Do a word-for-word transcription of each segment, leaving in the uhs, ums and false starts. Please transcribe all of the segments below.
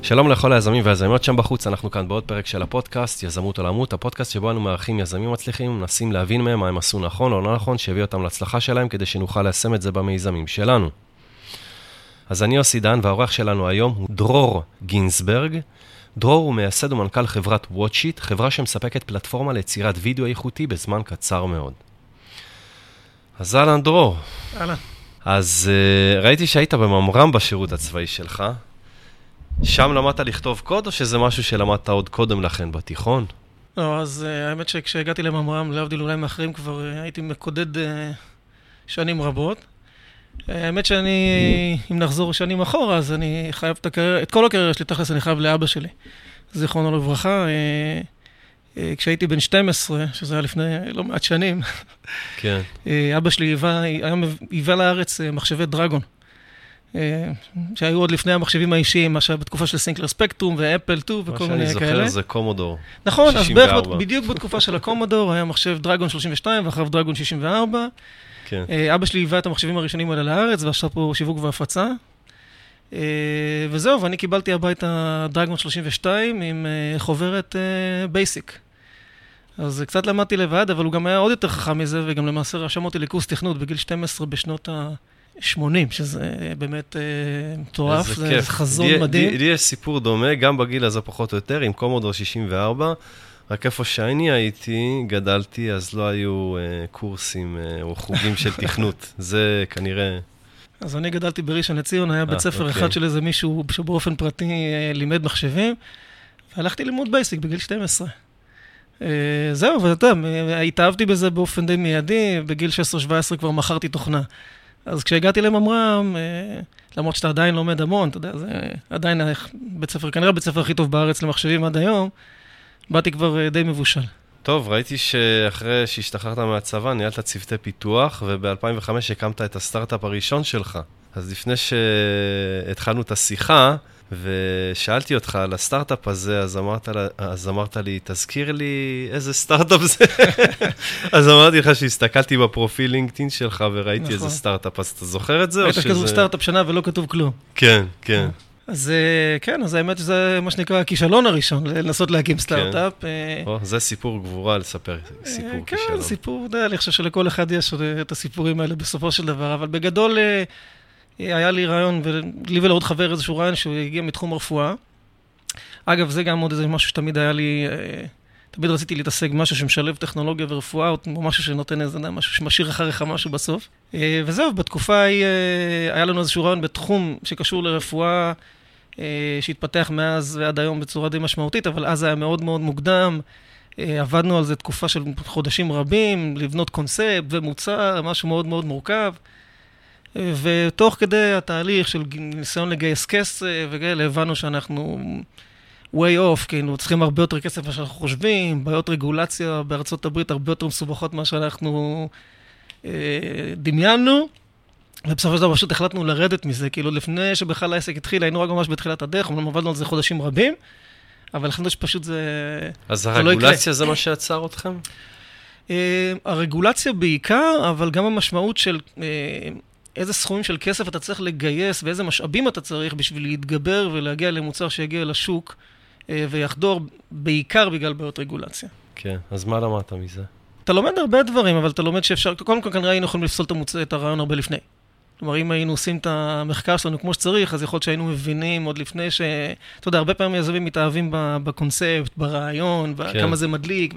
שלום לכל היזמים והיזמיות שם בחוץ, אנחנו כאן בעוד פרק של הפודקאסט, יזמות עולמות, הפודקאסט שבו אנו מארחים יזמים מצליחים, מנסים להבין מהם מה הם עשו נכון או לא נכון, שהביא אותם להצלחה שלהם כדי שנוכל ליישם את זה במיזמים שלנו. אז אני יוסי דן, והאורח שלנו היום הוא דרור גינסברג. דרור הוא מייסד ומנכ"ל חברת וואטשיט, חברה שמספקת פלטפורמה ליצירת וידאו איכותי בזמן קצר מאוד. אז אהלן דרור. אהלן. אז uh, ראיתי שהיית בממר"ם בשירות הצבאי שלך. שם למדת לכתוב קוד, או שזה משהו שלמדת עוד קודם לכן בתיכון? לא, אז uh, האמת שכשהגעתי לממר"ם, להבדיל אולי מאחרים, כבר uh, הייתי מקודד uh, שנים רבות. Uh, האמת שאני, אם נחזור שנים אחורה, אז אני חייב את, הקריירה, את כל הקריירה שלי תכלס אני חייב לאבא שלי. זיכרונו לברכה. Uh, uh, כשהייתי בן שתים עשרה, שזה היה לפני לא מעט שנים, כן. uh, אבא שלי היווה, היה היווה לארץ uh, מחשבי דרגון. שהיו עוד לפני המחשבים האישיים, מה שהיה בתקופה של סינקלר ספקטרום ואפל טו וכל מיני כאלה. מה שאני זוכר זה קומודור. נכון, אז בערך בדיוק בתקופה של הקומודור היה מחשב דרגון שלושים ושתיים ואחריו דרגון שישים וארבע. כן. אבא שלי היווה את המחשבים הראשונים האלה לארץ ועשה פה שיווק והפצה. וזהו, ואני קיבלתי הביתה דרגון שלושים ושתיים עם חוברת בייסיק. אז קצת למדתי לבד, אבל הוא גם היה עוד יותר חכם מזה, וגם למעשה רשם אותי לקורס תכנות בגיל שתים עשרה בשנות ה... שמונים, שזה באמת מטורף, זה כיף. חזון די, מדהים. לי יש סיפור דומה, גם בגיל הזה פחות או יותר, עם קומודור שישים וארבע, רק איפה שאני הייתי, גדלתי, אז לא היו uh, קורסים uh, או חוגים של תכנות. זה כנראה... אז אני גדלתי בראשון לציון, היה בית ספר אחד של איזה מישהו שבאופן פרטי uh, לימד מחשבים, והלכתי ללמוד בייסיק בגיל שתים עשרה. Uh, זהו, ואתה יודע, התאהבתי בזה באופן די מיידי, בגיל שש עשרה שבע עשרה כבר מכרתי תוכנה. אז כשהגעתי לממר"ם, למרות שאתה עדיין לומד המון, אתה יודע, זה עדיין בית ספר, כנראה בית ספר הכי טוב בארץ למחשבים עד היום, באתי כבר די מבושל. טוב, ראיתי שאחרי שהשתחררת מהצבא, ניהלת צוותי פיתוח, וב-אלפיים וחמש הקמת את הסטארט-אפ הראשון שלך. אז לפני שהתחלנו את השיחה, ושאלתי אותך על הסטארט-אפ הזה, אז אמרת, אז אמרת לי, תזכיר לי איזה סטארט-אפ זה. אז אמרתי לך שהסתכלתי בפרופיל לינקדאין שלך וראיתי נכון. איזה סטארט-אפ, אז אתה זוכר את זה? היית כתוב סטארט-אפ שנה ולא כתוב כלום. כן, כן. אז כן, אז האמת שזה מה שנקרא הכישלון הראשון, לנסות להקים סטארט-אפ. כן. או, זה סיפור גבורה לספר, סיפור כן, כישלון. כן, סיפור, אני חושב שלכל אחד יש את הסיפורים האלה בסופו של דבר, אבל בגדול... היה לי רעיון, ולי ולעוד חבר איזשהו רעיון שהוא הגיע מתחום הרפואה. אגב, זה גם עוד איזה משהו שתמיד היה לי, תמיד רציתי להתעסק משהו שמשלב טכנולוגיה ורפואה, או משהו שנותן איזה, משהו שמשאיר אחריך משהו בסוף. וזהו, בתקופה ההיא היה לנו איזשהו רעיון בתחום שקשור לרפואה, שהתפתח מאז ועד היום בצורה די משמעותית, אבל אז היה מאוד מאוד מוקדם. עבדנו על זה תקופה של חודשים רבים, לבנות קונספט ומוצר, משהו מאוד מאוד מורכב. ותוך כדי התהליך של ניסיון לגייס כסף וכאלה, הבנו שאנחנו way off, כאילו צריכים הרבה יותר כסף מה שאנחנו חושבים, בעיות רגולציה בארצות הברית הרבה יותר מסובכות מה שאנחנו אה, דמיינו, ובסופו של דבר פשוט החלטנו לרדת מזה, כאילו לפני שבכלל העסק התחיל, היינו רק ממש בתחילת הדרך, אמנם עבדנו על זה חודשים רבים, אבל החלטנו שפשוט זה... אז זה הרגולציה לא זה מה שעצר אתכם? אה, הרגולציה בעיקר, אבל גם המשמעות של... אה, איזה סכומים של כסף אתה צריך לגייס, ואיזה משאבים אתה צריך בשביל להתגבר ולהגיע למוצר שיגיע לשוק, ויחדור בעיקר בגלל בעיות רגולציה. כן, אז מה למדת מזה? אתה לומד הרבה דברים, אבל אתה לומד שאפשר, קודם כל כנראה היינו יכולים לפסול את, המוצא, את הרעיון הרבה לפני. כלומר, אם היינו עושים את המחקר שלנו כמו שצריך, אז יכול להיות שהיינו מבינים עוד לפני ש... אתה יודע, הרבה פעמים יזמים מתאהבים בקונספט, ברעיון, כן. כמה זה מדליק, ו...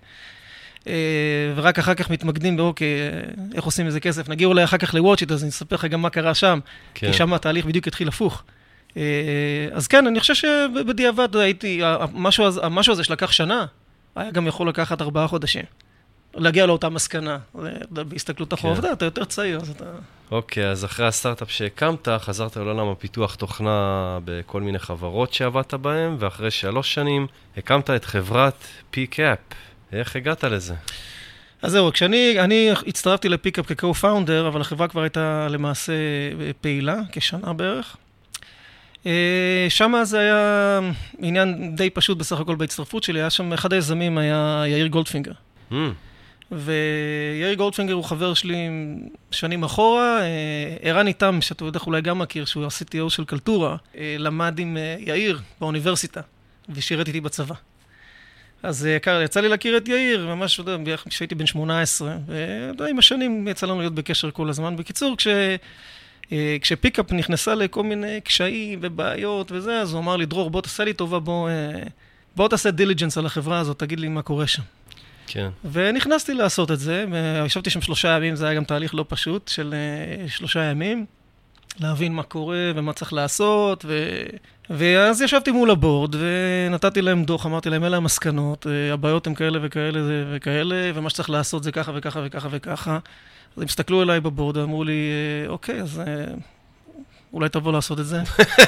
ורק אחר כך מתמקדים באוקיי, איך עושים איזה כסף. נגיע אולי אחר כך לוואטשיט, אז אני אספר לך גם מה קרה שם, כי שם התהליך בדיוק התחיל הפוך. אז כן, אני חושב שבדיעבד הייתי, המשהו הזה שלקח שנה, היה גם יכול לקחת ארבעה חודשים. להגיע לאותה מסקנה, בהסתכלות אחורה, אתה יותר צעיר, אז אתה... אוקיי, אז אחרי הסטארט-אפ שהקמת, חזרת לעולם הפיתוח תוכנה בכל מיני חברות שעבדת בהן, ואחרי שלוש שנים הקמת את חברת פיקאפ. איך הגעת לזה? אז זהו, כשאני אני הצטרפתי לפיקאפ כקו-פאונדר, אבל החברה כבר הייתה למעשה פעילה, כשנה בערך. שם זה היה עניין די פשוט בסך הכל בהצטרפות שלי, היה שם אחד היזמים היה יאיר גולדפינגר. Mm. ויאיר גולדפינגר הוא חבר שלי שנים אחורה, ערן איתם, שאתה יודע אולי גם מכיר, שהוא ה-סי טי או של קלטורה, למד עם יאיר באוניברסיטה, ושירת איתי בצבא. אז יצא לי להכיר את יאיר, ממש, אתה יודע, כשהייתי בן שמונה עשרה, ועם השנים יצא לנו להיות בקשר כל הזמן. בקיצור, כש... כשפיקאפ נכנסה לכל מיני קשיים ובעיות וזה, אז הוא אמר לי, דרור, בוא תעשה לי טובה, בוא, בוא תעשה דיליג'נס על החברה הזאת, תגיד לי מה קורה שם. כן. ונכנסתי לעשות את זה, וישבתי שם שלושה ימים, זה היה גם תהליך לא פשוט של שלושה ימים, להבין מה קורה ומה צריך לעשות, ו... ואז ישבתי מול הבורד, ונתתי להם דוח, אמרתי להם, אלה המסקנות, הבעיות הן כאלה וכאלה וכאלה, ומה שצריך לעשות זה ככה וככה וככה וככה. אז הם הסתכלו אליי בבורד, ואמרו לי, אוקיי, אז אולי תבוא לעשות את זה.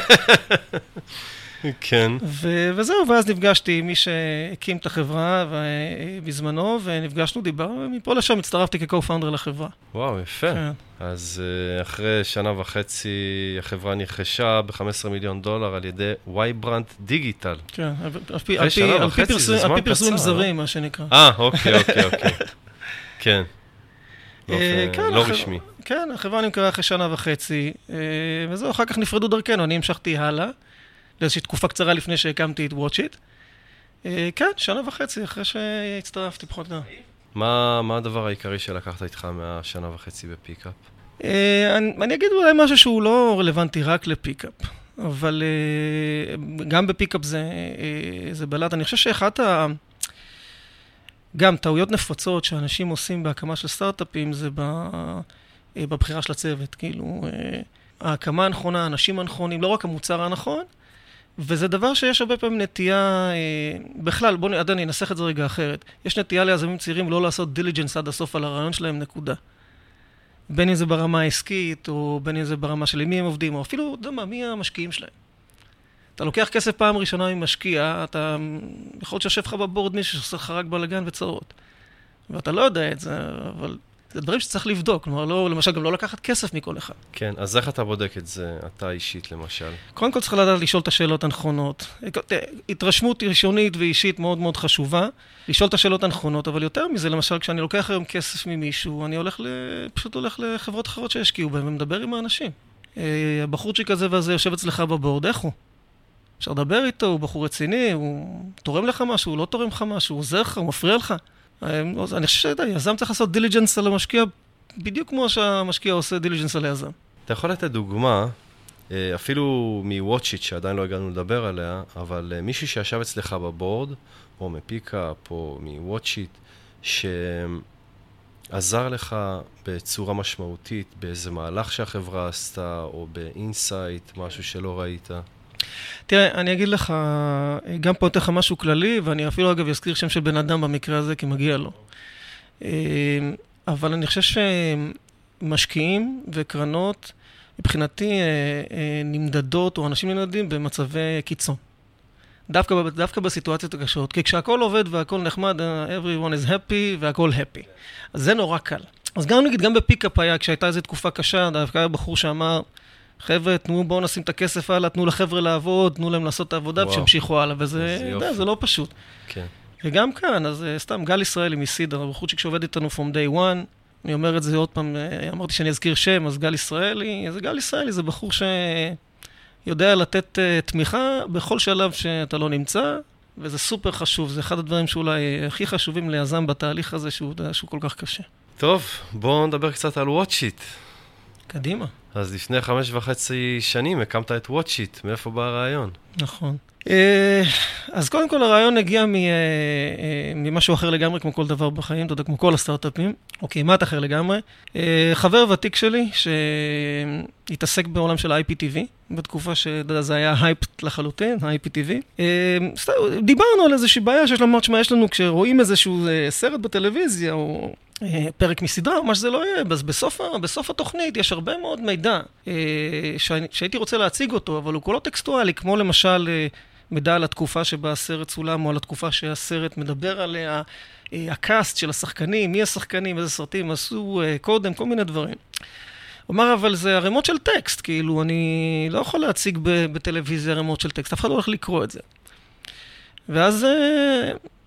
כן. ו- וזהו, ואז נפגשתי עם מי שהקים את החברה בזמנו, ונפגשנו, דיברנו, ומפה לשם הצטרפתי כ-co-founder לחברה. וואו, יפה. כן. אז אחרי שנה וחצי החברה נרכשה ב-חמישה עשר מיליון דולר על ידי וייברנט דיגיטל. כן, על פי פרסומים זרים, מה שנקרא. אה, אוקיי, אוקיי, אוקיי. כן. לא רשמי. כן, החברה נמכרה אחרי שנה וחצי, וזהו, אחר כך נפרדו דרכנו, אני המשכתי הלאה. לאיזושהי תקופה קצרה לפני שהקמתי את WatchIt. כן, שנה וחצי אחרי שהצטרפתי פחות או יותר. מה, מה הדבר העיקרי שלקחת איתך מהשנה וחצי בפיקאפ? אני, אני אגיד אולי משהו שהוא לא רלוונטי רק לפיקאפ, אבל גם בפיקאפ זה, זה בלט. אני חושב שאחת ה... גם טעויות נפוצות שאנשים עושים בהקמה של סטארט-אפים זה בבחירה של הצוות. כאילו, ההקמה הנכונה, האנשים הנכונים, לא רק המוצר הנכון, וזה דבר שיש הרבה פעמים נטייה, אה, בכלל, בואו אני אנסח את זה רגע אחרת. יש נטייה ליזמים צעירים לא לעשות דיליג'נס עד הסוף על הרעיון שלהם, נקודה. בין אם זה ברמה העסקית, או בין אם זה ברמה של מי הם עובדים, או אפילו, אתה יודע מה, מי המשקיעים שלהם. אתה לוקח כסף פעם ראשונה ממשקיע, אתה יכול להיות שיושב לך בבורד מישהו שעושה לך רק בלגן וצרות. ואתה לא יודע את זה, אבל... זה דברים שצריך לבדוק, כלומר, לא, למשל, גם לא לקחת כסף מכל אחד. כן, אז איך אתה בודק את זה, אתה אישית למשל? קודם כל צריך לדעת לשאול את השאלות הנכונות. התרשמות ראשונית ואישית מאוד מאוד חשובה, לשאול את השאלות הנכונות, אבל יותר מזה, למשל, כשאני לוקח היום כסף ממישהו, אני הולך ל... פשוט הולך לחברות אחרות שהשקיעו בהם, ומדבר עם האנשים. הבחורצ'יק הזה והזה יושב אצלך בבורד, איך הוא? אפשר לדבר איתו, הוא בחור רציני, הוא תורם לך משהו, הוא לא תורם לך משהו, הוא עוזר לך, הוא מפריע לך. אני חושב שיזם צריך לעשות דיליג'נס על המשקיע, בדיוק כמו שהמשקיע עושה דיליג'נס על היזם. אתה יכול לתת דוגמה, אפילו מ-WatchIt, שעדיין לא הגענו לדבר עליה, אבל מישהו שישב אצלך בבורד, או מפיקאפ, או מ-WatchIt, שעזר לך בצורה משמעותית, באיזה מהלך שהחברה עשתה, או באינסייט, משהו שלא ראית. תראה, אני אגיד לך, גם פה נותן לך משהו כללי, ואני אפילו אגב אזכיר שם של בן אדם במקרה הזה, כי מגיע לו. אבל אני חושב שמשקיעים וקרנות, מבחינתי נמדדות, או אנשים נמדדים במצבי קיצון. דווקא, דווקא בסיטואציות הקשות, כי כשהכל עובד והכל נחמד, everyone is happy והכל happy. אז זה נורא קל. אז גם נגיד, גם בפיקאפ היה, כשהייתה איזו תקופה קשה, דווקא היה בחור שאמר, חבר'ה, תנו, בואו נשים את הכסף הלאה, תנו לחבר'ה לעבוד, תנו להם לעשות את העבודה, ושהמשיכו הלאה, וזה, זה, זה לא פשוט. כן. וגם כאן, אז סתם, גל ישראלי מסידר, בחורצ'יק שעובד איתנו from day one, אני אומר את זה עוד פעם, אמרתי שאני אזכיר שם, אז גל ישראלי, זה גל ישראלי, זה בחור שיודע לתת תמיכה בכל שלב שאתה לא נמצא, וזה סופר חשוב, זה אחד הדברים שאולי הכי חשובים ליזם בתהליך הזה, שהוא, שהוא כל כך קשה. טוב, בואו נדבר קצת על WatchIt. קדימה. אז לפני חמש וחצי שנים הקמת את WatchIt, מאיפה בא הרעיון? נכון. אז קודם כל הרעיון הגיע ממשהו אחר לגמרי, כמו כל דבר בחיים, אתה יודע, כמו כל הסטארט-אפים, או כמעט אחר לגמרי. חבר ותיק שלי, שהתעסק בעולם של איי פי טי וי, בתקופה שזה היה הייפ לחלוטין, איי פי טי וי. דיברנו על איזושהי בעיה שיש לומר, שמה יש לנו, כשרואים איזשהו סרט בטלוויזיה, או פרק מסדרה, או מה שזה לא יהיה, אז בסוף, בסוף התוכנית יש הרבה מאוד מידע שהייתי רוצה להציג אותו, אבל הוא כולו טקסטואלי, כמו למשל מידע על התקופה שבה הסרט צולם, או על התקופה שהסרט מדבר עליה, הקאסט של השחקנים, מי השחקנים, איזה סרטים עשו קודם, כל מיני דברים. אומר, אבל זה הרמות של טקסט, כאילו אני לא יכול להציג בטלוויזיה רמות של טקסט, אף אחד לא הולך לקרוא את זה. ואז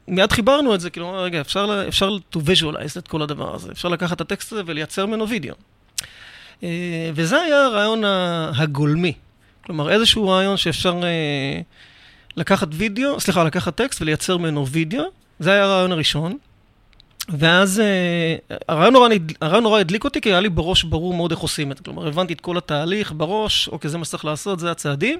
מיד חיברנו את זה, כאילו, רגע, אפשר, אפשר to visualize את כל הדבר הזה, אפשר לקחת את הטקסט הזה ולייצר ממנו וידאו. וזה היה הרעיון הגולמי. כלומר, איזשהו רעיון שאפשר לקחת וידאו, סליחה, לקחת טקסט ולייצר ממנו וידאו, זה היה הרעיון הראשון. ואז הרעיון נורא, הרעיון נורא הדליק אותי, כי היה לי בראש ברור מאוד איך עושים את זה. כלומר, הבנתי את כל התהליך בראש, אוקיי, זה מה שצריך לעשות, זה הצעדים.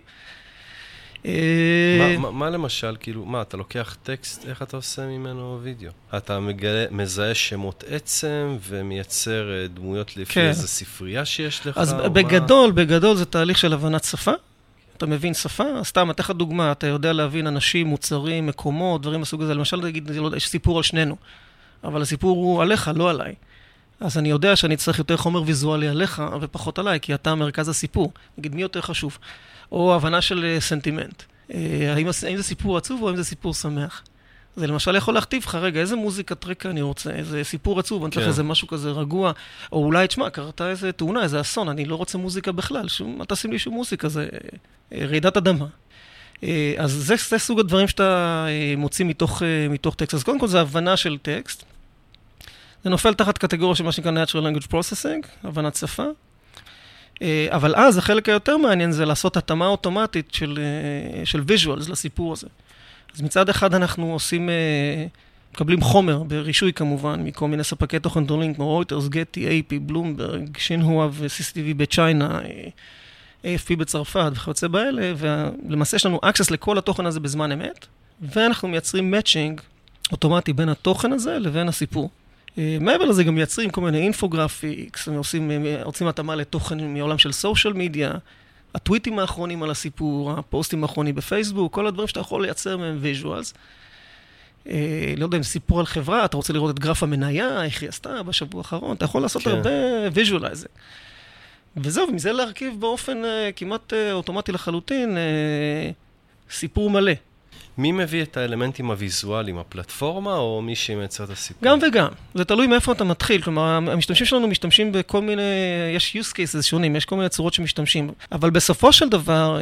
מה, מה, מה למשל, כאילו, מה, אתה לוקח טקסט, איך אתה עושה ממנו וידאו? אתה מגלה, מזהה שמות עצם ומייצר דמויות לפי כן. איזה ספרייה שיש לך? אז בגדול, מה? בגדול זה תהליך של הבנת שפה. אתה מבין שפה, סתם, אתן לך דוגמה, אתה יודע להבין אנשים, מוצרים, מקומות, דברים מסוג הזה. למשל, נגיד, יש סיפור על שנינו, אבל הסיפור הוא עליך, לא עליי. אז אני יודע שאני צריך יותר חומר ויזואלי עליך ופחות עליי, כי אתה מרכז הסיפור. נגיד, מי יותר חשוב? או הבנה של סנטימנט. האם, האם זה סיפור עצוב או האם זה סיפור שמח? זה למשל יכול להכתיב לך, רגע, איזה מוזיקת רקע אני רוצה, איזה סיפור עצוב, אני צריך איזה משהו כזה רגוע, או אולי, תשמע, קרתה איזה תאונה, איזה אסון, אני לא רוצה מוזיקה בכלל, שום, אתה שים לי שום מוזיקה, זה רעידת אדמה. אז זה, זה סוג הדברים שאתה מוציא מתוך, מתוך טקסט. אז קודם כל זה הבנה של טקסט. זה נופל תחת קטגוריה של מה שנקרא Natural Language Processing, הבנת שפה. אבל אז החלק היותר מעניין זה לעשות התאמה אוטומטית של, של visuals לסיפור הזה. אז מצד אחד אנחנו עושים, מקבלים חומר ברישוי כמובן, מכל מיני ספקי תוכן גדולים, כמו רויטרס, גטי, איי פי, בלומברג, שינהואה ו-סי סי טי וי בצ'יינה, איי אף פי בצרפת וכיוצא באלה, ולמעשה יש לנו access לכל התוכן הזה בזמן אמת, ואנחנו מייצרים matching אוטומטי בין התוכן הזה לבין הסיפור. מעבר לזה גם מייצרים כל מיני אינפוגרפיקס, עושים, עושים התאמה לתוכן מעולם של סושיאל מדיה, הטוויטים האחרונים על הסיפור, הפוסטים האחרונים בפייסבוק, כל הדברים שאתה יכול לייצר מהם ויז'ואלס. לא יודע אם סיפור על חברה, אתה רוצה לראות את גרף המניה, איך היא עשתה בשבוע האחרון, אתה יכול לעשות כן. הרבה ויז'ואלייזינג. וזהו, ומזה להרכיב באופן כמעט אוטומטי לחלוטין, סיפור מלא. מי מביא את האלמנטים הוויזואליים, הפלטפורמה או מי שמייצר את הסיפור? גם וגם. זה תלוי מאיפה אתה מתחיל. כלומר, המשתמשים שלנו משתמשים בכל מיני, יש use cases שונים, יש כל מיני צורות שמשתמשים. אבל בסופו של דבר,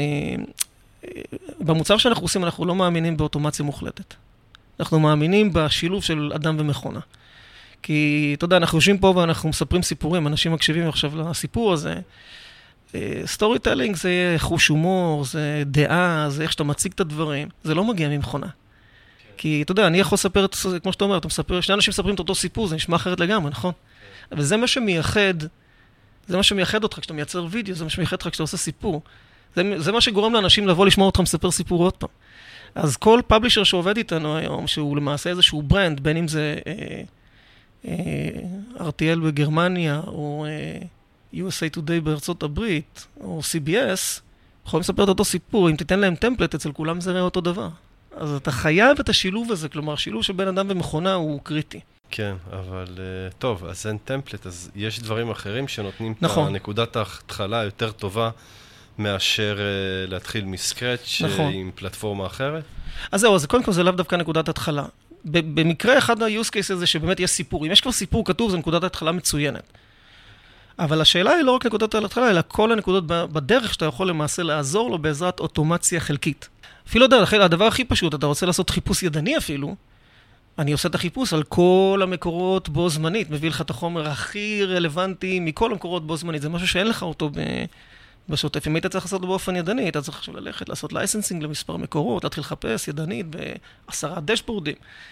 במוצר שאנחנו עושים, אנחנו לא מאמינים באוטומציה מוחלטת. אנחנו מאמינים בשילוב של אדם ומכונה. כי, אתה יודע, אנחנו יושבים פה ואנחנו מספרים סיפורים, אנשים מקשיבים עכשיו לסיפור הזה. סטורי טלינג זה חוש הומור, זה דעה, זה איך שאתה מציג את הדברים. זה לא מגיע ממכונה. כי, אתה יודע, אני יכול לספר, כמו שאתה אומר, אתה מספר, שני אנשים מספרים את אותו סיפור, זה נשמע אחרת לגמרי, נכון? אבל זה מה שמייחד, זה מה שמייחד אותך כשאתה מייצר וידאו, זה מה שמייחד אותך כשאתה עושה סיפור. זה, זה מה שגורם לאנשים לבוא לשמוע אותך מספר סיפור עוד פעם. אז כל פאבלישר שעובד איתנו היום, שהוא למעשה איזשהו ברנד, בין אם זה אה, אה, אר טי אל בגרמניה, או אה, יו אס איי Today בארצות הברית, או סי בי אס, יכולים לספר את אותו סיפור, אם תיתן להם טמפלט, אצל כולם זה ראה אותו דבר. אז אתה חייב את השילוב הזה, כלומר, השילוב של בן אדם ומכונה הוא קריטי. כן, אבל טוב, אז אין טמפלט, אז יש דברים אחרים שנותנים נכון. את נקודת ההתחלה יותר טובה מאשר להתחיל מסקרץ' נכון. עם פלטפורמה אחרת? אז זהו, אז קודם כל זה לאו דווקא נקודת התחלה. במקרה אחד ה-use case הזה שבאמת יש סיפור, אם יש כבר סיפור כתוב, זה נקודת ההתחלה מצוינת. אבל השאלה היא לא רק נקודת ההתחלה, אלא כל הנקודות בדרך שאתה יכול למעשה לעזור לו בעזרת אוטומציה חלקית. אפילו הדבר הכי פשוט, אתה רוצה לעשות חיפוש ידני אפילו, אני עושה את החיפוש על כל המקורות בו זמנית, מביא לך את החומר הכי רלוונטי מכל המקורות בו זמנית, זה משהו שאין לך אותו בשוטף. אם היית צריך לעשות באופן ידני, היית צריך עכשיו ללכת, לעשות לייסנסינג למספר מקורות, להתחיל לחפש ידנית בעשרה דשבורדים.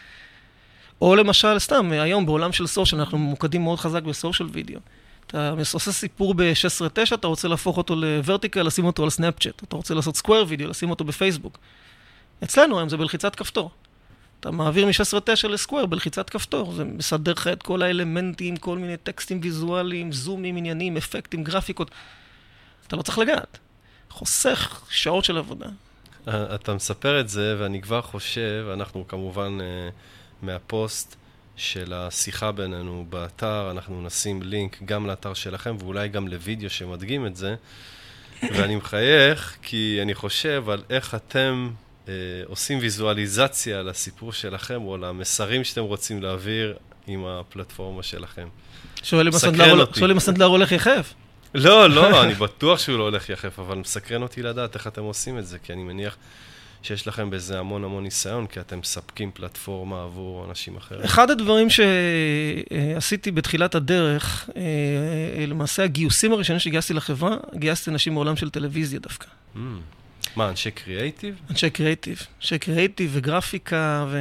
או למשל, סתם, היום בעולם של סושיאל, אנחנו ממוקדים מאוד חזק בסושיאל וידאו. אתה עושה סיפור ב-שש עשרה תשע, אתה רוצה להפוך אותו לוורטיקל, לשים אותו על סנאפצ'אט. אתה רוצה לעשות סקוואר וידאו, לשים אותו בפייסבוק. אצלנו היום זה בלחיצת כפתור. אתה מעביר מ-שש עשרה תשע לסקוואר בלחיצת כפתור. זה מסדר לך את כל האלמנטים, כל מיני טקסטים ויזואליים, זומים, עניינים, אפקטים, גרפיקות. אתה לא צריך לגעת. חוסך שעות של עבודה. אתה מספר את זה, ואני כבר חושב, אנחנו כמובן מהפוסט, של השיחה בינינו באתר, אנחנו נשים לינק גם לאתר שלכם, ואולי גם לוידאו שמדגים את זה, ואני מחייך, כי אני חושב על איך אתם אה, עושים ויזואליזציה לסיפור שלכם, או למסרים שאתם רוצים להעביר עם הפלטפורמה שלכם. שואל אם הסנדלר הולך יחף? לא, לא, אני בטוח שהוא לא הולך יחף, אבל מסקרן אותי לדעת איך אתם עושים את זה, כי אני מניח שיש לכם בזה המון המון ניסיון, כי אתם מספקים פלטפורמה עבור אנשים אחרים. אחד הדברים שעשיתי בתחילת הדרך, למעשה הגיוסים הראשונים שגייסתי לחברה, גייסתי אנשים מעולם של טלוויזיה דווקא. Mm. מה, אנשי קריאייטיב? אנשי קריאייטיב. אנשי קריאייטיב וגרפיקה ו...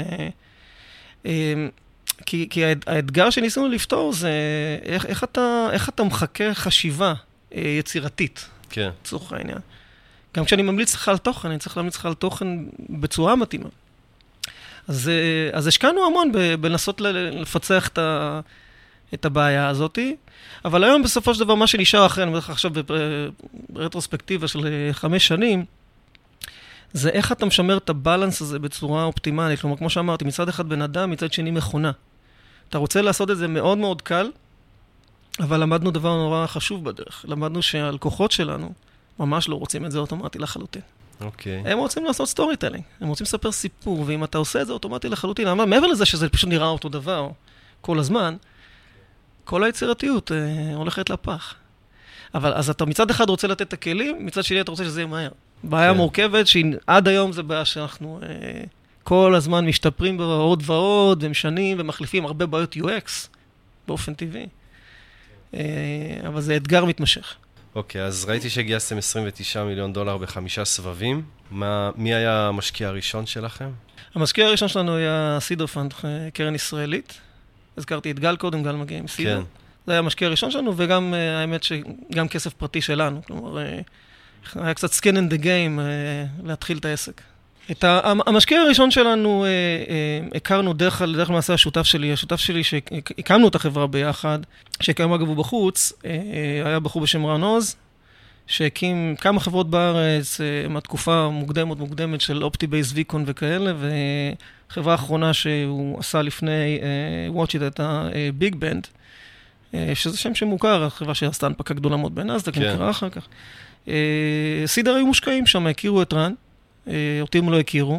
כי, כי האתגר שניסינו לפתור זה איך, איך, אתה, איך אתה מחכה חשיבה יצירתית. כן. לצורך העניין. גם כשאני ממליץ לך על תוכן, אני צריך להמליץ לך על תוכן בצורה מתאימה. אז, אז השקענו המון בלנסות לפצח את, ה, את הבעיה הזאת, אבל היום בסופו של דבר מה שנשאר אחרי, אני אומר לך עכשיו ברטרוספקטיבה של חמש שנים, זה איך אתה משמר את הבלנס הזה בצורה אופטימלית. כלומר, כמו שאמרתי, מצד אחד בן אדם, מצד שני מכונה. אתה רוצה לעשות את זה מאוד מאוד קל, אבל למדנו דבר נורא חשוב בדרך. למדנו שהלקוחות שלנו ממש לא רוצים את זה אוטומטי לחלוטין. אוקיי. הם רוצים לעשות סטורי טלינג, הם רוצים לספר סיפור, ואם אתה עושה את זה אוטומטי לחלוטין, אבל מעבר לזה שזה פשוט נראה אותו דבר כל הזמן, כל היצירתיות אה, הולכת לפח. אבל אז אתה מצד אחד רוצה לתת את הכלים, מצד שני אתה רוצה שזה יהיה מהר. בעיה כן. מורכבת, שעד היום זה בעיה שאנחנו אה, כל הזמן משתפרים בה עוד ועוד, ומשנים ומחליפים הרבה בעיות יו אקס באופן טבעי. אה, אבל זה אתגר מתמשך. אוקיי, אז ראיתי שגייסתם עשרים ותשעה מיליון דולר בחמישה סבבים. מה, מי היה המשקיע הראשון שלכם? המשקיע הראשון שלנו היה סידו פאנד, קרן ישראלית. הזכרתי את גל קודם, גל מגיע עם סידו. כן. זה היה המשקיע הראשון שלנו, וגם האמת שגם כסף פרטי שלנו. כלומר, היה קצת skin in the game להתחיל את העסק. את המשקיע הראשון שלנו הכרנו דרך, דרך למעשה השותף שלי, השותף שלי שהקמנו את החברה ביחד, שהקם אגב הוא בחוץ, היה בחור בשם רן עוז, שהקים כמה חברות בארץ מהתקופה מוקדמת מוקדמת של אופטי-בייס ויקון וכאלה, וחברה האחרונה שהוא עשה לפני Watch It הייתה ביג בנד, שזה שם שמוכר, החברה שעשתה הנפקה גדולה מאוד בנאסד"ק, מכירה אחר כך. סידר היו מושקעים שם, הכירו את רן, אותי הם לא הכירו,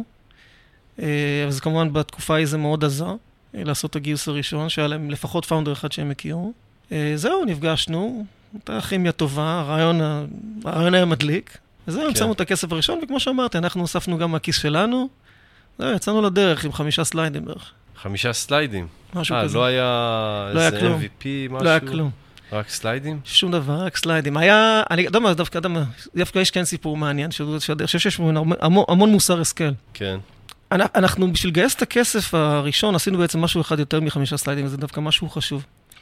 אז כמובן בתקופה ההיא זה מאוד עזר, לעשות את הגיוס הראשון, שהיה להם לפחות פאונדר אחד שהם הכירו. זהו, נפגשנו, הייתה כימיה טובה, הרעיון, הרעיון היה מדליק, וזהו, שמנו את הכסף הראשון, וכמו שאמרתי, אנחנו הוספנו גם מהכיס שלנו, זהו, יצאנו לדרך עם חמישה סליידים בערך. חמישה סליידים? משהו כזה. לא היה איזה אם וי פי, משהו? לא היה כלום. רק סליידים? שום דבר, רק סליידים. היה, אני, אתה יודע, דווקא, דווקא יש כן סיפור מעניין, שאני חושב שיש המון, המון מוסר השכל. כן. אנחנו, בשביל לגייס את הכסף הראשון, עשינו בעצם משהו אחד יותר מחמישה סליידים, וזה דווקא משהו חשוב.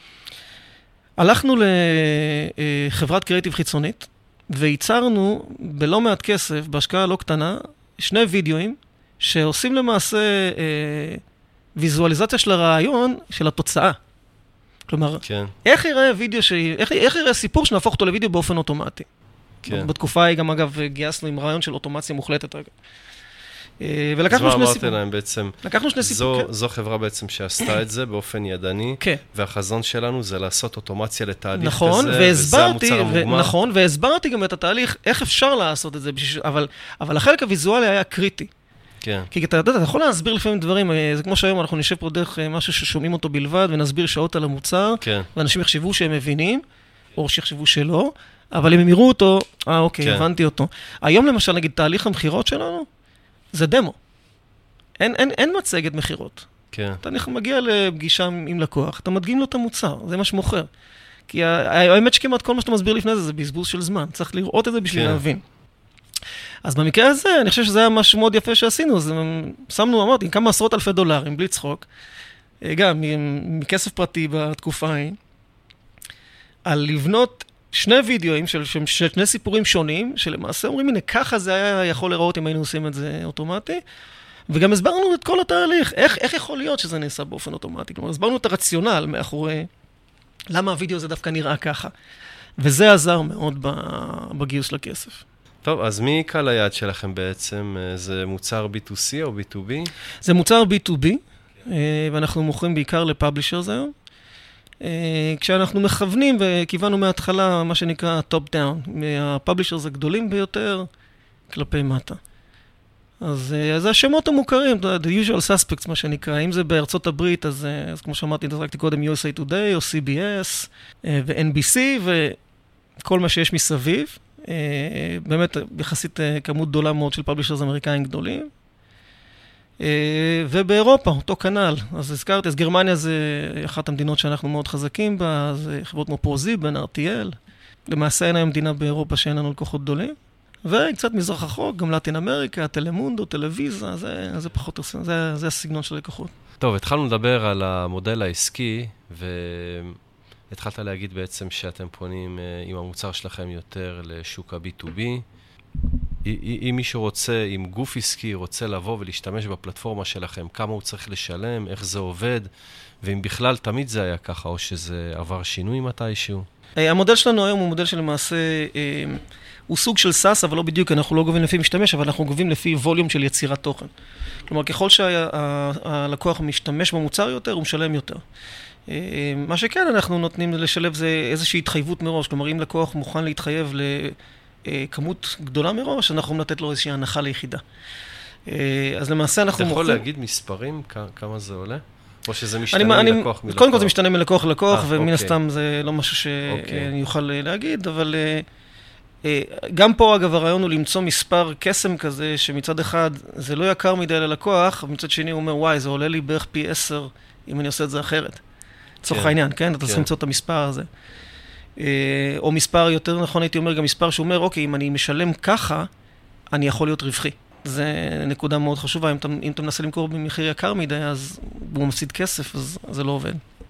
הלכנו לחברת קריאיטיב חיצונית, וייצרנו בלא מעט כסף, בהשקעה לא קטנה, שני וידאוים, שעושים למעשה אה, ויזואליזציה של הרעיון, של התוצאה. כלומר, כן. איך יראה וידאו, ש... איך, איך יראה סיפור שנהפוך אותו לוידאו באופן אוטומטי. כן. בתקופה ההיא גם, אגב, גייסנו עם רעיון של אוטומציה מוחלטת. רגע. ולקחנו שני סיפור. להם בעצם, לקחנו שני סיפור. זו, כן. זו חברה בעצם שעשתה את זה באופן ידני, כן. והחזון שלנו זה לעשות אוטומציה לתהליך נכון, כזה, וזה המוצר המוגמר. נכון, והסברתי גם את התהליך, איך אפשר לעשות את זה, בשביל, אבל, אבל החלק הוויזואלי היה קריטי. כן. כי אתה יודע, אתה יכול להסביר לפעמים דברים, זה כמו שהיום אנחנו נשב פה דרך משהו ששומעים אותו בלבד, ונסביר שעות על המוצר, כן. ואנשים יחשבו שהם מבינים, או שיחשבו שלא, אבל אם הם יראו אותו, אה, אוקיי, כן. הבנתי אותו. היום למשל, נגיד, תהליך המחירות שלנו, זה דמו. אין, אין, אין מצגת מחירות. כן. אתה מגיע לפגישה עם לקוח, אתה מדגים לו את המוצר, זה מה שמוכר. כי האמת שכמעט כל מה שאתה מסביר לפני זה, זה בזבוז של זמן. צריך לראות את זה בשביל כן. להבין. אז במקרה הזה, אני חושב שזה היה משהו מאוד יפה שעשינו, אז שמנו, אמרתי, כמה עשרות אלפי דולרים, בלי צחוק, גם מכסף פרטי בתקופה ההיא, על לבנות שני וידאוים של, של, של שני סיפורים שונים, שלמעשה אומרים, הנה, ככה זה היה יכול לראות אם היינו עושים את זה אוטומטי, וגם הסברנו את כל התהליך, איך, איך יכול להיות שזה נעשה באופן אוטומטי, כלומר, הסברנו את הרציונל מאחורי, למה הוידאו הזה דווקא נראה ככה, וזה עזר מאוד בגיוס לכסף. טוב, אז מי קהל היעד שלכם בעצם? זה מוצר בי טו סי או בי טו בי? זה מוצר בי טו בי, ואנחנו מוכרים בעיקר לפאבלישרס היום. כשאנחנו מכוונים וכיוונו מההתחלה, מה שנקרא טופ דאון, מהפאבלישרס הגדולים ביותר כלפי מטה. אז זה השמות המוכרים, the usual suspects, מה שנקרא. אם זה בארצות הברית, אז, אז כמו שאמרתי, נזרקתי קודם יו אס איי Today או סי בי אס ו-אן בי סי וכל מה שיש מסביב. באמת, יחסית כמות גדולה מאוד של פאבלישרס אמריקאים גדולים. ובאירופה, אותו כנ"ל. אז הזכרתי, אז גרמניה זה אחת המדינות שאנחנו מאוד חזקים בה, זה חברות כמו פרוזיבן, אר טי אל. למעשה אין היום מדינה באירופה שאין לנו לקוחות גדולים. וקצת מזרח החוק, גם לטין אמריקה, טלמונדו, טלוויזה, זה, זה פחות, זה, זה הסגנון של לקוחות. טוב, התחלנו לדבר על המודל העסקי, והתחלת להגיד בעצם שאתם פונים עם המוצר שלכם יותר לשוק ה-בי טו בי. אם מישהו רוצה, אם גוף עסקי רוצה לבוא ולהשתמש בפלטפורמה שלכם, כמה הוא צריך לשלם, איך זה עובד, ואם בכלל תמיד זה היה ככה, או שזה עבר שינוי מתישהו? המודל שלנו היום הוא מודל שלמעשה, הוא סוג של סאס, אבל לא בדיוק, אנחנו לא גובים לפי משתמש, אבל אנחנו גובים לפי ווליום של יצירת תוכן. כלומר, ככל שהלקוח משתמש במוצר יותר, הוא משלם יותר. מה שכן, אנחנו נותנים לשלב זה איזושהי התחייבות מראש, כלומר, אם לקוח מוכן להתחייב ל... כמות גדולה מראש, אנחנו יכולים לתת לו איזושהי הנחה ליחידה. אז למעשה אנחנו מוכרים... אתה יכול להגיד מספרים, כמה זה עולה? או שזה משתנה מלקוח מלקוח? קודם כל זה משתנה מלקוח ללקוח, ומן הסתם זה לא משהו שאני אוכל להגיד, אבל גם פה אגב הרעיון הוא למצוא מספר קסם כזה, שמצד אחד זה לא יקר מדי ללקוח, ומצד שני הוא אומר, וואי, זה עולה לי בערך פי עשר, אם אני עושה את זה אחרת. צורך העניין, כן? אתה צריך למצוא את המספר הזה. או מספר יותר נכון, הייתי אומר גם מספר שהוא אומר, אוקיי, אם אני משלם ככה, אני יכול להיות רווחי. זה נקודה מאוד חשובה. אם אתה, אם אתה מנסה למכור במחיר יקר מדי, אז הוא מפסיד כסף, אז זה לא עובד.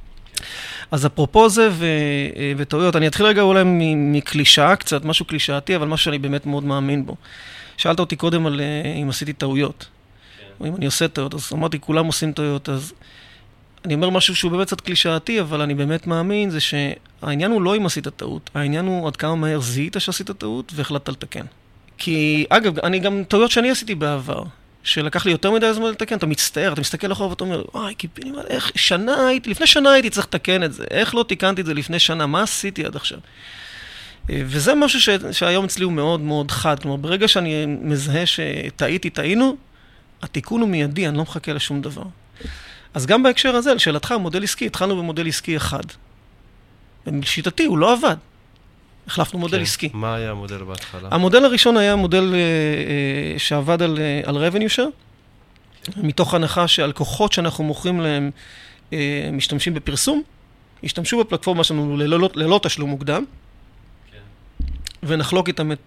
אז אפרופו זה ו, וטעויות, אני אתחיל רגע אולי מקלישאה קצת, משהו קלישאתי, אבל משהו שאני באמת מאוד מאמין בו. שאלת אותי קודם על אם עשיתי טעויות, או אם אני עושה טעויות, אז אמרתי, כולם עושים טעויות, אז אני אומר משהו שהוא באמת קצת קלישאתי, אבל אני באמת מאמין, זה שהעניין הוא לא אם עשית טעות, העניין הוא עד כמה מהר זיהית שעשית טעות והחלטת לתקן. כי, אגב, אני גם טעויות שאני עשיתי בעבר, שלקח לי יותר מדי זמן לתקן, אתה מצטער, אתה מסתכל אחורה ואתה אומר, וואי, קיפיני, איך, שנה הייתי, לפני שנה הייתי צריך לתקן את זה, איך לא תיקנתי את זה לפני שנה, מה עשיתי עד עכשיו? וזה משהו ש... שהיום אצלי הוא מאוד מאוד חד, כלומר, ברגע שאני מזהה שטעיתי, טעינו, התיקון הוא מיידי, אני לא מחכה לשום דבר. אז גם בהקשר הזה, לשאלתך, מודל עסקי, התחלנו במודל עסקי אחד. בשיטתי, הוא לא עבד. החלפנו מודל עסקי. מה היה המודל בהתחלה? המודל הראשון היה מודל שעבד על, על revenue share, מתוך הנחה שהלקוחות שאנחנו מוכרים להם משתמשים בפרסום, השתמשו בפלטפורמה שלנו ללא, ללא תשלום מוקדם, ונחלוק איתם את,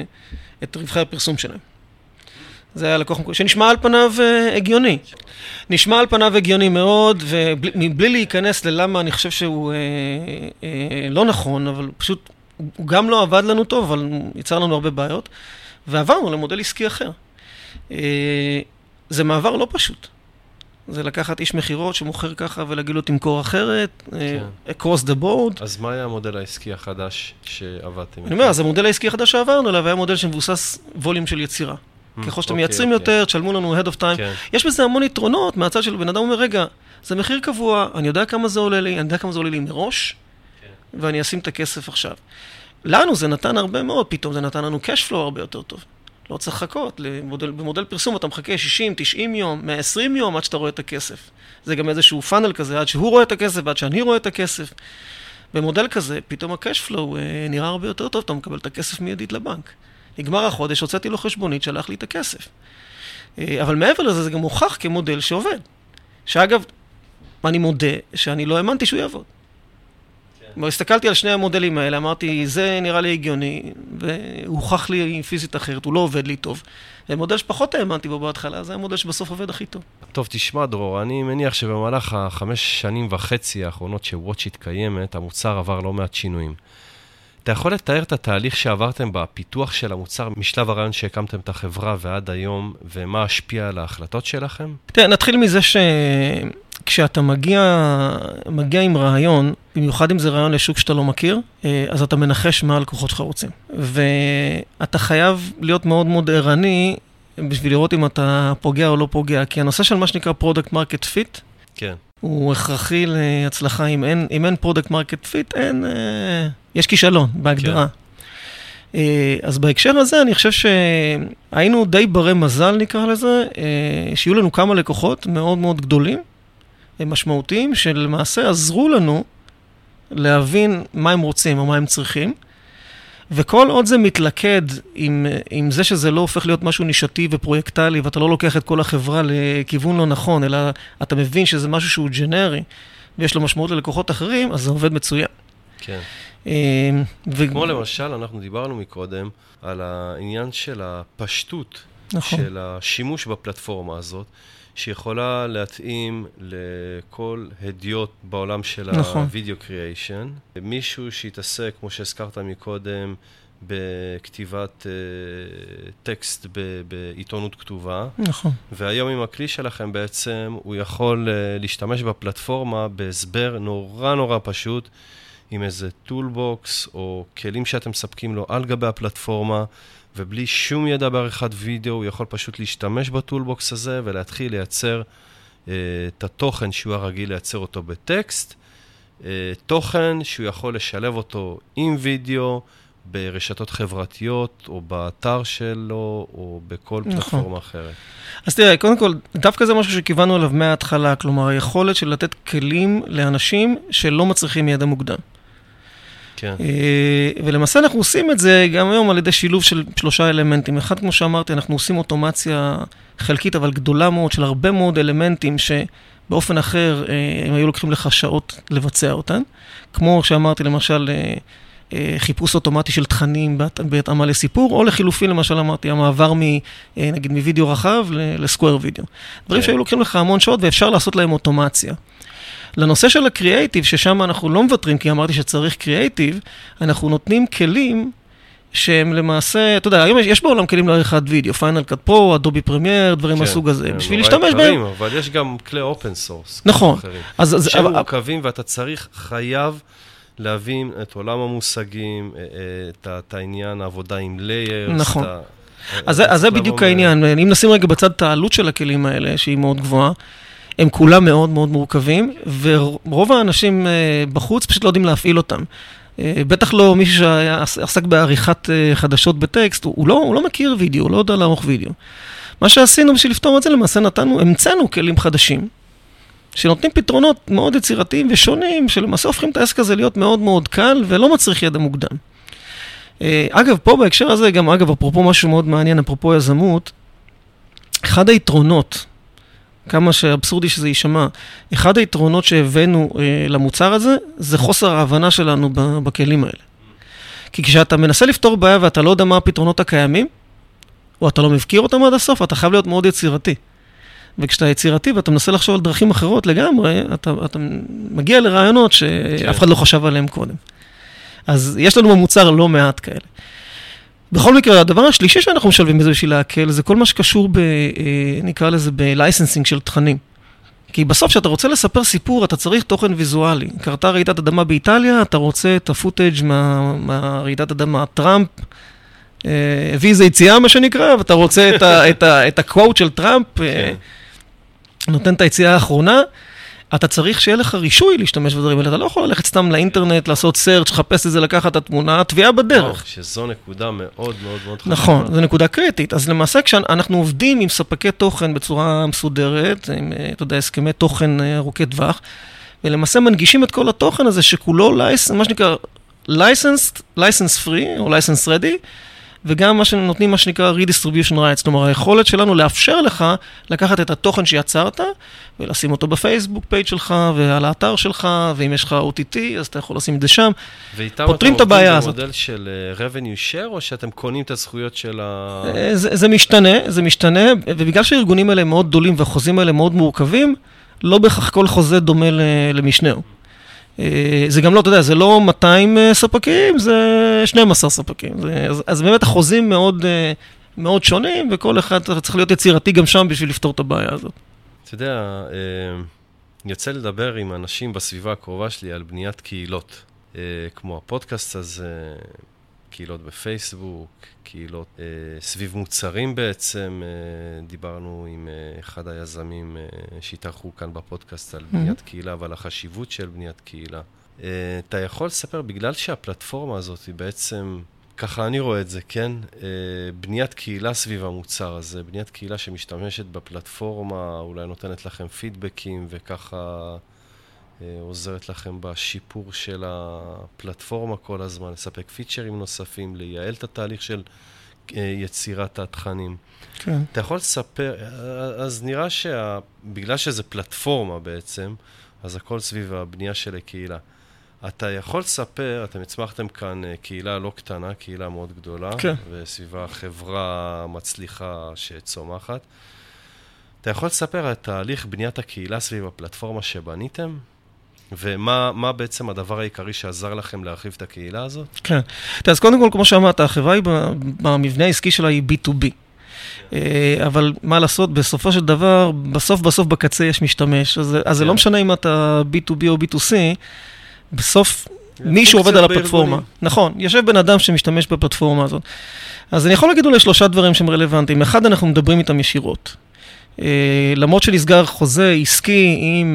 את רווחי הפרסום שלהם. זה היה לקוח שנשמע על פניו הגיוני. נשמע על פניו הגיוני מאוד, ומבלי להיכנס ללמה אני חושב שהוא אה, אה, לא נכון, אבל פשוט הוא גם לא עבד לנו טוב, אבל יצר לנו הרבה בעיות, ועברנו למודל עסקי אחר. אה, זה מעבר לא פשוט. זה לקחת איש מחירות שמוכר ככה ולהגיד לו תמכור אחרת, כן. across the board. אז מה היה המודל העסקי החדש שעבדתם? אני אומר, אז המודל העסקי החדש שעברנו אליו היה מודל שמבוסס ווליום של יצירה. ככל שאתם מייצרים יותר, תשלמו לנו ahead of time. יש בזה המון יתרונות מהצד של בן אדם אומר, רגע, זה מחיר קבוע, אני יודע כמה זה עולה לי, אני יודע כמה זה עולה לי מראש, ואני אשים את הכסף עכשיו. לנו זה נתן הרבה מאוד, פתאום זה נתן לנו cash flow הרבה יותר טוב. לא צריך לחכות, במודל פרסום אתה מחכה שישים, תשעים יום, מאה ועשרים יום עד שאתה רואה את הכסף. זה גם איזשהו פאנל כזה, עד שהוא רואה את הכסף ועד שאני רואה את הכסף. במודל כזה, פתאום ה-cash flow נראה הרבה יותר טוב, אתה מקבל את הכסף מיידית לבנק. נגמר החודש, הוצאתי לו חשבונית, שלח לי את הכסף. אבל מעבר לזה, זה גם מוכח כמודל שעובד. שאגב, אני מודה שאני לא האמנתי שהוא יעבוד. כן. הסתכלתי על שני המודלים האלה, אמרתי, זה נראה לי הגיוני, והוכח לי פיזית אחרת, הוא לא עובד לי טוב. המודל שפחות האמנתי בו בהתחלה, זה המודל שבסוף עובד הכי טוב. טוב, תשמע דרור, אני מניח שבמהלך החמש שנים וחצי האחרונות שוואטשיט קיימת, המוצר עבר לא מעט שינויים. אתה יכול לתאר את התהליך שעברתם בפיתוח של המוצר משלב הרעיון שהקמתם את החברה ועד היום, ומה השפיע על ההחלטות שלכם? תראה, נתחיל מזה שכשאתה מגיע, מגיע עם רעיון, במיוחד אם זה רעיון לשוק שאתה לא מכיר, אז אתה מנחש מה הלקוחות שלך רוצים. ואתה חייב להיות מאוד מאוד ערני בשביל לראות אם אתה פוגע או לא פוגע, כי הנושא של מה שנקרא product market fit, כן. הוא הכרחי להצלחה. אם אין, אם אין product market fit, אין, אה, יש כישלון בהגדרה. כן. אה, אז בהקשר הזה, אני חושב שהיינו די ברי מזל, נקרא לזה, אה, שיהיו לנו כמה לקוחות מאוד מאוד גדולים, משמעותיים, שלמעשה עזרו לנו להבין מה הם רוצים או מה הם צריכים. וכל עוד זה מתלכד עם, עם זה שזה לא הופך להיות משהו נישתי ופרויקטלי, ואתה לא לוקח את כל החברה לכיוון לא נכון, אלא אתה מבין שזה משהו שהוא ג'נרי, ויש לו משמעות ללקוחות אחרים, אז זה עובד מצוין. כן. ו... כמו למשל, אנחנו דיברנו מקודם על העניין של הפשטות, נכון. של השימוש בפלטפורמה הזאת, שיכולה להתאים לכל הדיוט בעולם של נכון. הווידאו קריאיישן. מישהו שיתעסק, כמו שהזכרת מקודם, בכתיבת uh, טקסט ב- בעיתונות כתובה. נכון. והיום עם הכלי שלכם בעצם, הוא יכול uh, להשתמש בפלטפורמה בהסבר נורא נורא פשוט, עם איזה טולבוקס או כלים שאתם מספקים לו על גבי הפלטפורמה, ובלי שום ידע בעריכת וידאו, הוא יכול פשוט להשתמש בטולבוקס הזה ולהתחיל לייצר uh, את התוכן שהוא הרגיל לייצר אותו בטקסט, uh, תוכן שהוא יכול לשלב אותו עם וידאו, ברשתות חברתיות, או באתר שלו, או בכל נכון. פלטפורמה אחרת. אז תראה, קודם כל, דווקא זה משהו שכיוונו עליו מההתחלה, כלומר, היכולת של לתת כלים לאנשים שלא מצריכים ידע מוקדם. כן. ולמעשה אנחנו עושים את זה גם היום על ידי שילוב של שלושה אלמנטים. אחד, כמו שאמרתי, אנחנו עושים אוטומציה חלקית, אבל גדולה מאוד, של הרבה מאוד אלמנטים שבאופן אחר הם היו לוקחים לך שעות לבצע אותן. כמו שאמרתי, למשל, חיפוש אוטומטי של תכנים בהתאמה לסיפור, או לחילופין, למשל אמרתי, המעבר מ, נגיד, מווידאו רחב לסקוואר וידאו. דברים שהיו לוקחים לך המון שעות, ואפשר לעשות להם אוטומציה. לנושא של הקריאייטיב, ששם אנחנו לא מוותרים, כי אמרתי שצריך קריאייטיב, אנחנו נותנים כלים שהם למעשה, אתה יודע, היום יש בעולם כלים לעריכת וידאו, פיינל קאט פרו, אדובי פרמייר, דברים מהסוג הזה, בשביל להשתמש בהם. אבל יש גם כלי אופן סורס. נכון. שהם מורכבים, ואתה צריך, חייב להבין את עולם המושגים, את העניין, העבודה עם ליירס. נכון. אז זה בדיוק העניין. אם נשים רגע בצד את העלות של הכלים האלה, שהיא מאוד גבוהה, הם כולם מאוד מאוד מורכבים, ורוב האנשים בחוץ פשוט לא יודעים להפעיל אותם. בטח לא מישהו שעסק בעריכת חדשות בטקסט, הוא לא, הוא לא מכיר וידאו, הוא לא יודע לערוך וידאו. מה שעשינו בשביל לפתור את זה, למעשה נתנו, המצאנו כלים חדשים, שנותנים פתרונות מאוד יצירתיים ושונים, שלמעשה הופכים את העסק הזה להיות מאוד מאוד קל, ולא מצריך ידע מוקדם. אגב, פה בהקשר הזה, גם אגב, אפרופו משהו מאוד מעניין, אפרופו יזמות, אחד היתרונות, כמה שאבסורדי שזה יישמע, אחד היתרונות שהבאנו אה, למוצר הזה, זה חוסר ההבנה שלנו בכלים האלה. כי כשאתה מנסה לפתור בעיה ואתה לא יודע מה הפתרונות הקיימים, או אתה לא מבקיר אותם עד הסוף, אתה חייב להיות מאוד יצירתי. וכשאתה יצירתי ואתה מנסה לחשוב על דרכים אחרות לגמרי, אתה, אתה מגיע לרעיונות שאף אחד לא חשב עליהם קודם. אז יש לנו במוצר לא מעט כאלה. בכל מקרה, הדבר השלישי שאנחנו משלבים בזה בשביל להקל, זה כל מה שקשור ב, נקרא לזה, בלייסנסינג של תכנים. כי בסוף, כשאתה רוצה לספר סיפור, אתה צריך תוכן ויזואלי. קרתה רעידת אדמה באיטליה, אתה רוצה את הפוטאג' מה, מהרעידת אדמה, טראמפ, הביא איזה יציאה, מה שנקרא, ואתה רוצה את, ה, את, ה, את הקוואט של טראמפ, כן. נותן את היציאה האחרונה, אתה צריך שיהיה לך רישוי להשתמש בדברים האלה. אתה לא יכול ללכת סתם לאינטרנט, לעשות סרצ', לחפש את זה, לקחת את התמונה, תביעה בדרך. שזו נקודה מאוד מאוד מאוד חשובה. נכון, זו נקודה קריטית. אז למעשה, כשאנחנו עובדים עם ספקי תוכן בצורה מסודרת, עם, אתה יודע, הסכמי תוכן ארוכי טווח, ולמעשה מנגישים את כל התוכן הזה, שכולו לייסנס, מה שנקרא, licensed, license free, או license ready, וגם מה שנותנים, מה שנקרא redistribution rights, כלומר, היכולת שלנו לאפשר לך לקחת את התוכן שיצרת, ולשים אותו בפייסבוק פייג' שלך, ועל האתר שלך, ואם יש לך או טי טי, אז אתה יכול לשים את זה שם. פותרים את הבעיה הזאת. ואיתם אתם עובדים במודל של revenue share, או שאתם קונים את הזכויות של ה... זה, זה משתנה, זה משתנה, ובגלל שהארגונים האלה מאוד גדולים, והחוזים האלה מאוד מורכבים, לא בהכרח כל חוזה דומה למשנהו. זה גם לא, אתה יודע, זה לא מאתיים ספקים, זה שנים עשר ספקים. זה, אז, אז באמת החוזים מאוד, מאוד שונים, וכל אחד צריך להיות יצירתי גם שם בשביל לפתור את הבעיה הזאת. אתה יודע, יוצא לדבר עם אנשים בסביבה הקרובה שלי על בניית קהילות, כמו הפודקאסט הזה, קהילות בפייסבוק, קהילות סביב מוצרים בעצם. דיברנו עם אחד היזמים שהתארחו כאן בפודקאסט על בניית קהילה ועל החשיבות של בניית קהילה. אתה יכול לספר, בגלל שהפלטפורמה הזאת היא בעצם, ככה אני רואה את זה, כן? בניית קהילה סביב המוצר הזה, בניית קהילה שמשתמשת בפלטפורמה, אולי נותנת לכם פידבקים וככה עוזרת לכם בשיפור של הפלטפורמה כל הזמן, לספק פיצ'רים נוספים, לייעל את התהליך של יצירת התכנים. כן. אתה יכול לספר, אז נראה שבגלל שזה פלטפורמה בעצם, אז הכל סביב הבנייה של הקהילה. אתה יכול לספר, אתם הצמחתם כאן קהילה לא קטנה, קהילה מאוד גדולה, כן. וסביבה חברה מצליחה שצומחת. אתה יכול לספר על תהליך בניית הקהילה סביב הפלטפורמה שבניתם? ומה מה בעצם הדבר העיקרי שעזר לכם להרחיב את הקהילה הזאת? כן. אז קודם כל, כמו שאמרת, החברה היא במבנה העסקי שלה היא בי טו בי. אבל מה לעשות, בסופו של דבר, בסוף בסוף בקצה יש משתמש. אז, אז זה לא משנה אם אתה בי טו בי או בי טו סי, בסוף מישהו עובד על הפלטפורמה. נכון, יושב בן אדם שמשתמש בפלטפורמה הזאת. אז אני יכול להגיד אולי שלושה דברים שהם רלוונטיים. אחד, אנחנו מדברים איתם ישירות. למרות שנסגר חוזה עסקי עם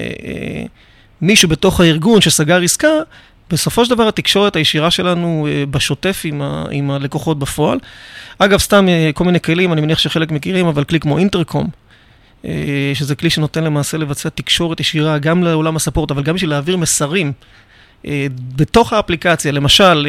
מישהו בתוך הארגון שסגר עסקה, בסופו של דבר התקשורת הישירה שלנו בשוטף עם, ה, עם הלקוחות בפועל. אגב, סתם כל מיני כלים, אני מניח שחלק מכירים, אבל כלי כמו אינטרקום, שזה כלי שנותן למעשה לבצע תקשורת ישירה גם לעולם הספורט, אבל גם בשביל להעביר מסרים בתוך האפליקציה. למשל,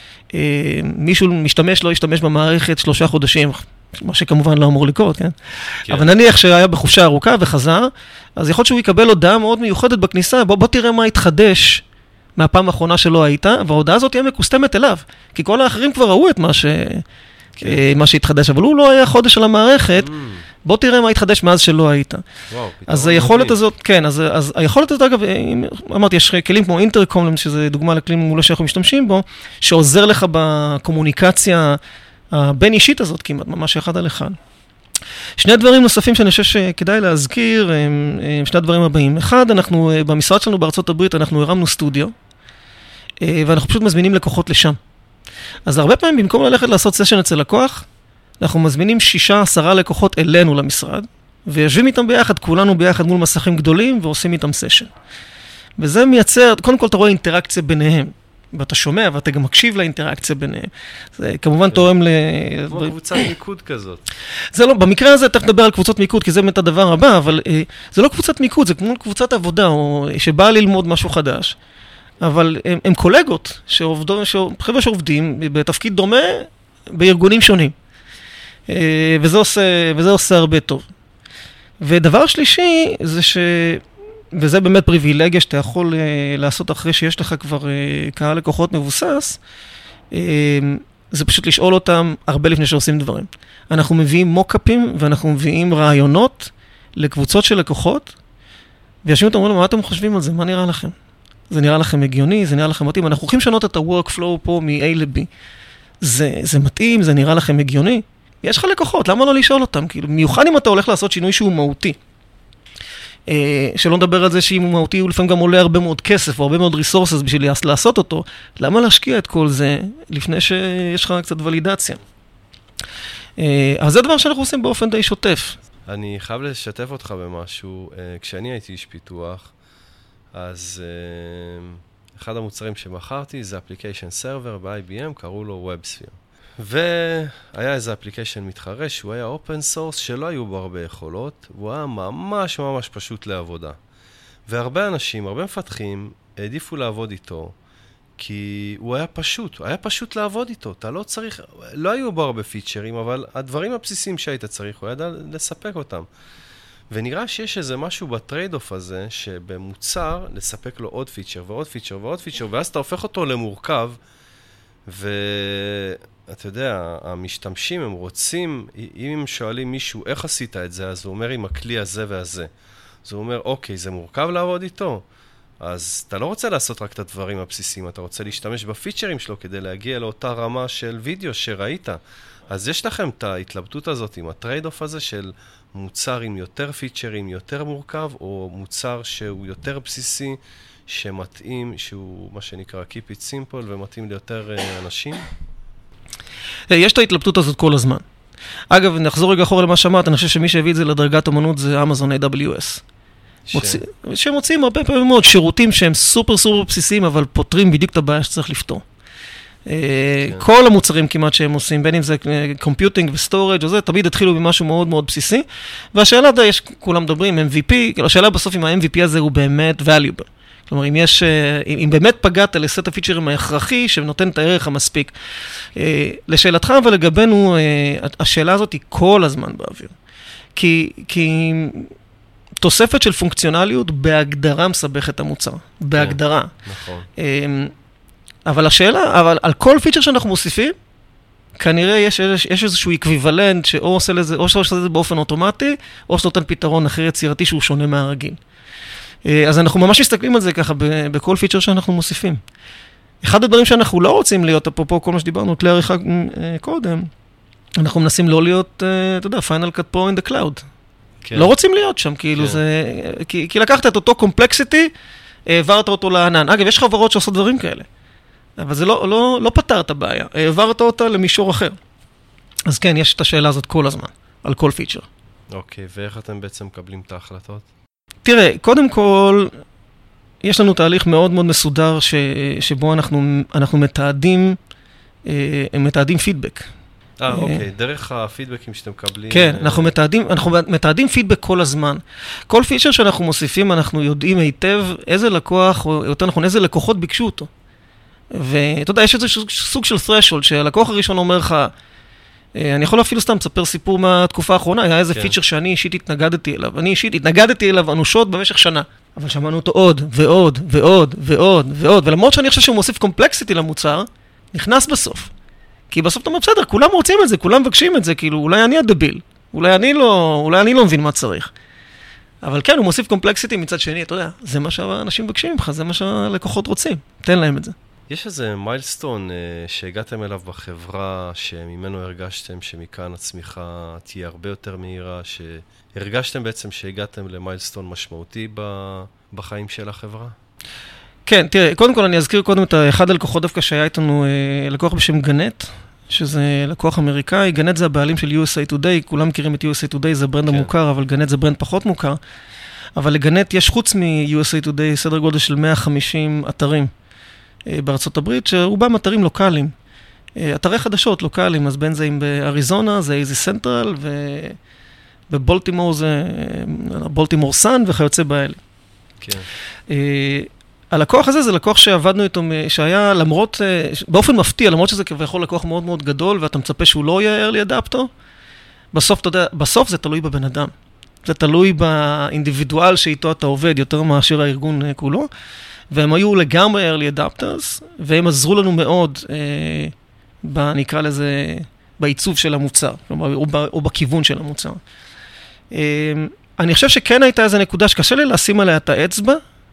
מישהו משתמש, לא ישתמש במערכת שלושה חודשים, מה שכמובן לא אמור לקרות, כן? כן. אבל נניח שהיה בחופשה ארוכה וחזר, אז יכול להיות שהוא יקבל הודעה מאוד מיוחדת בכניסה, בוא, בוא תראה מה התחדש מהפעם האחרונה שלא היית, וההודעה הזאת תהיה מקוסטמת אליו, כי כל האחרים כבר ראו את מה, ש... כן. מה שהתחדש, אבל הוא לא היה חודש על המערכת, mm. בוא תראה מה התחדש מאז שלא היית. וואו, אז היכולת הזאת, כן, אז, אז היכולת הזאת, אגב, אמרתי, יש כלים כמו אינטרקום, שזה דוגמה לכלים מולה שאנחנו משתמשים בו, שעוזר לך בקומוניקציה הבין אישית הזאת כמעט, ממש אחד על אחד. שני דברים נוספים שאני חושב שכדאי להזכיר, הם, הם שני הדברים הבאים. אחד, אנחנו, במשרד שלנו בארצות הברית, אנחנו הרמנו סטודיו, ואנחנו פשוט מזמינים לקוחות לשם. אז הרבה פעמים, במקום ללכת לעשות סשן אצל לקוח, אנחנו מזמינים שישה, עשרה לקוחות אלינו למשרד, ויושבים איתם ביחד, כולנו ביחד מול מסכים גדולים, ועושים איתם סשן. וזה מייצר, קודם כל אתה רואה אינטראקציה ביניהם, ואתה שומע, ואתה גם מקשיב לאינטראקציה ביניהם. זה כמובן תואם ל... כמו קבוצת מיקוד כזאת. זה לא, במקרה הזה תכף נדבר על קבוצות מיקוד, כי זה באמת הדבר הבא, אבל זה לא קבוצת מיקוד, זה כמו קבוצת עבודה, או שבאה ללמוד משהו חדש. אבל הם, הם קולגות, שעובדו, חבר'ה שעובדים בתפקיד דומה בארגונים שונים. וזה עושה, וזה עושה הרבה טוב. ודבר שלישי, זה ש... וזה באמת פריבילגיה שאתה יכול לעשות אחרי שיש לך כבר קהל לקוחות מבוסס, זה פשוט לשאול אותם הרבה לפני שעושים דברים. אנחנו מביאים מוקאפים ואנחנו מביאים רעיונות לקבוצות של לקוחות, וישבים אותם, אומרים, מה אתם חושבים על זה? מה נראה לכם? זה נראה לכם הגיוני, זה נראה לכם מתאים, אנחנו הולכים לשנות את ה-workflow פה מ-A ל-B. זה, זה מתאים, זה נראה לכם הגיוני. יש לך לקוחות, למה לא לשאול אותם? כאילו, מיוחד אם אתה הולך לעשות שינוי שהוא מהותי. שלא נדבר על זה שאם הוא מהותי, הוא לפעמים גם עולה הרבה מאוד כסף, או הרבה מאוד resources בשביל לעשות אותו. למה להשקיע את כל זה לפני שיש לך קצת ולידציה? אז זה דבר שאנחנו עושים באופן די שוטף. אני חייב לשתף אותך במשהו. כשאני הייתי איש פיתוח, אז אחד המוצרים שמכרתי זה אפליקיישן סרבר ב-איי בי אם, קראו לו WebSphere. והיה איזה אפליקיישן מתחרה שהוא היה אופן סורס שלא היו בו הרבה יכולות, והוא היה ממש ממש פשוט לעבודה. והרבה אנשים, הרבה מפתחים, העדיפו לעבוד איתו, כי הוא היה פשוט, היה פשוט לעבוד איתו. אתה לא צריך, לא היו בו הרבה פיצ'רים, אבל הדברים הבסיסיים שהיית צריך, הוא ידע לספק אותם. ונראה שיש איזה משהו בטרייד-אוף הזה, שבמוצר לספק לו עוד פיצ'ר ועוד פיצ'ר ועוד פיצ'ר, ואז אתה הופך אותו למורכב, ואתה יודע, המשתמשים הם רוצים, אם הם שואלים מישהו איך עשית את זה, אז הוא אומר עם הכלי הזה והזה. אז הוא אומר, אוקיי, זה מורכב לעבוד איתו. אז אתה לא רוצה לעשות רק את הדברים הבסיסיים, אתה רוצה להשתמש בפיצ'רים שלו כדי להגיע לאותה רמה של וידאו שראית. אז יש לכם את ההתלבטות הזאת עם הטרייד-אוף הזה של מוצר עם יותר פיצ'רים, יותר מורכב, או מוצר שהוא יותר בסיסי, שמתאים, שהוא מה שנקרא Keep it simple, ומתאים ליותר אנשים? יש את ההתלבטות הזאת כל הזמן. אגב, נחזור רגע אחורה למה שאמרת, אני חושב שמי שהביא את זה לדרגת אמנות זה אמזון איי דאבליו אס. שמוצאים הרבה פעמים מאוד שירותים שהם סופר סופר בסיסיים, אבל פותרים בדיוק את הבעיה שצריך לפתור. כל המוצרים כמעט שהם עושים, בין אם זה קומפיוטינג וסטורג' או זה, תמיד התחילו במשהו מאוד מאוד בסיסי, והשאלה די, כולם מדברים, אם וי פי, השאלה בסוף אם ה-אם וי פי הזה הוא באמת valuable. כלומר, אם יש, אם באמת פגעת לסט הפיצ'רים ההכרחי, שנותן את הערך המספיק. לשאלתך, אבל לגבינו, השאלה הזאת היא כל הזמן באוויר. כי, כי תוספת של פונקציונליות בהגדרה מסבך את המוצר. בהגדרה. נכון. אבל השאלה, אבל על כל פיצ'ר שאנחנו מוסיפים, כנראה יש, יש איזשהו אקוויוולנט שאו עושה לזה, או שעושה לזה באופן אוטומטי, או שנותן פתרון אחר יצירתי שהוא שונה מהרגיל. אז אנחנו ממש מסתכלים על זה ככה בכל פיצ'ר שאנחנו מוסיפים. אחד הדברים שאנחנו לא רוצים להיות, אפרופו כל מה שדיברנו, כלי עריכה קודם, אנחנו מנסים לא להיות, אתה יודע, Final Cut Pro in the Cloud. כן. לא רוצים להיות שם, כאילו כן. זה, כי, כי לקחת את אותו קומפלקסיטי, העברת אותו לענן. אגב, יש חברות שעושות דברים כאלה. אבל זה לא, לא, לא פתר את הבעיה, העברת אותה למישור אחר. אז כן, יש את השאלה הזאת כל הזמן, על כל פיצ'ר. אוקיי, ואיך אתם בעצם מקבלים את ההחלטות? תראה, קודם כל, יש לנו תהליך מאוד מאוד מסודר, ש, שבו אנחנו, אנחנו מתעדים, מתעדים פידבק. אה, אוקיי, דרך הפידבקים שאתם מקבלים... כן, אנחנו מתעדים, אנחנו מתעדים פידבק כל הזמן. כל פיצ'ר שאנחנו מוסיפים, אנחנו יודעים היטב איזה לקוח, או יותר נכון, איזה לקוחות ביקשו אותו. ואתה יודע, יש איזה סוג של threshold, שהלקוח הראשון אומר לך, אני יכול אפילו סתם לספר סיפור מהתקופה האחרונה, היה איזה פיצ'ר שאני אישית התנגדתי אליו. אני אישית התנגדתי אליו אנושות במשך שנה. אבל שמענו אותו עוד, ועוד, ועוד, ועוד, ועוד. ולמרות שאני חושב שהוא מוסיף קומפלקסיטי למוצר, נכנס בסוף. כי בסוף אתה אומר, בסדר, כולם רוצים את זה, כולם מבקשים את זה, כאילו, אולי אני הדביל. אולי אני לא, אולי אני לא מבין מה צריך. אבל כן, הוא מוסיף קומפלקסיטי מצד שני, אתה יודע, זה מה שהאנשים מבקשים ממך, זה מה שהלקוחות רוצים. תן להם את זה. יש איזה מיילסטון שהגעתם אליו בחברה, שממנו הרגשתם שמכאן הצמיחה תהיה הרבה יותר מהירה, שהרגשתם בעצם שהגעתם למיילסטון משמעותי בחיים של החברה? כן, תראה, קודם כל אני אזכיר קודם את אחד הלקוחות דווקא שהיה איתנו, לקוח בשם גנט, שזה לקוח אמריקאי. גנט זה הבעלים של יו אס איי Today, כולם מכירים את יו אס איי Today, זה ברנד המוכר, אבל גנט זה ברנד פחות מוכר. אבל לגנט יש חוץ מ-יו אס איי Today סדר גודל של מאה וחמישים אתרים. בארצות הברית, שרובם אתרים לוקליים. אתרי חדשות לוקליים, אז בין זה עם באריזונה, זה איזי סנטרל, ובבולטימור זה בולטימור סאן וכיוצא באלה. כן. הלקוח הזה זה לקוח שעבדנו איתו, שהיה למרות, באופן מפתיע, למרות שזה כביכול לקוח מאוד מאוד גדול, ואתה מצפה שהוא לא יהיה early adapter, בסוף, אתה יודע, בסוף זה תלוי בבן אדם. זה תלוי באינדיבידואל שאיתו אתה עובד, יותר מאשר הארגון כולו. והם היו לגמרי early adapters, והם עזרו לנו מאוד, אה, ב, נקרא לזה, בעיצוב של המוצר, כלומר, או, ב, או בכיוון של המוצר. אה, אני חושב שכן הייתה איזו נקודה שקשה לי לשים עליה את האצבע,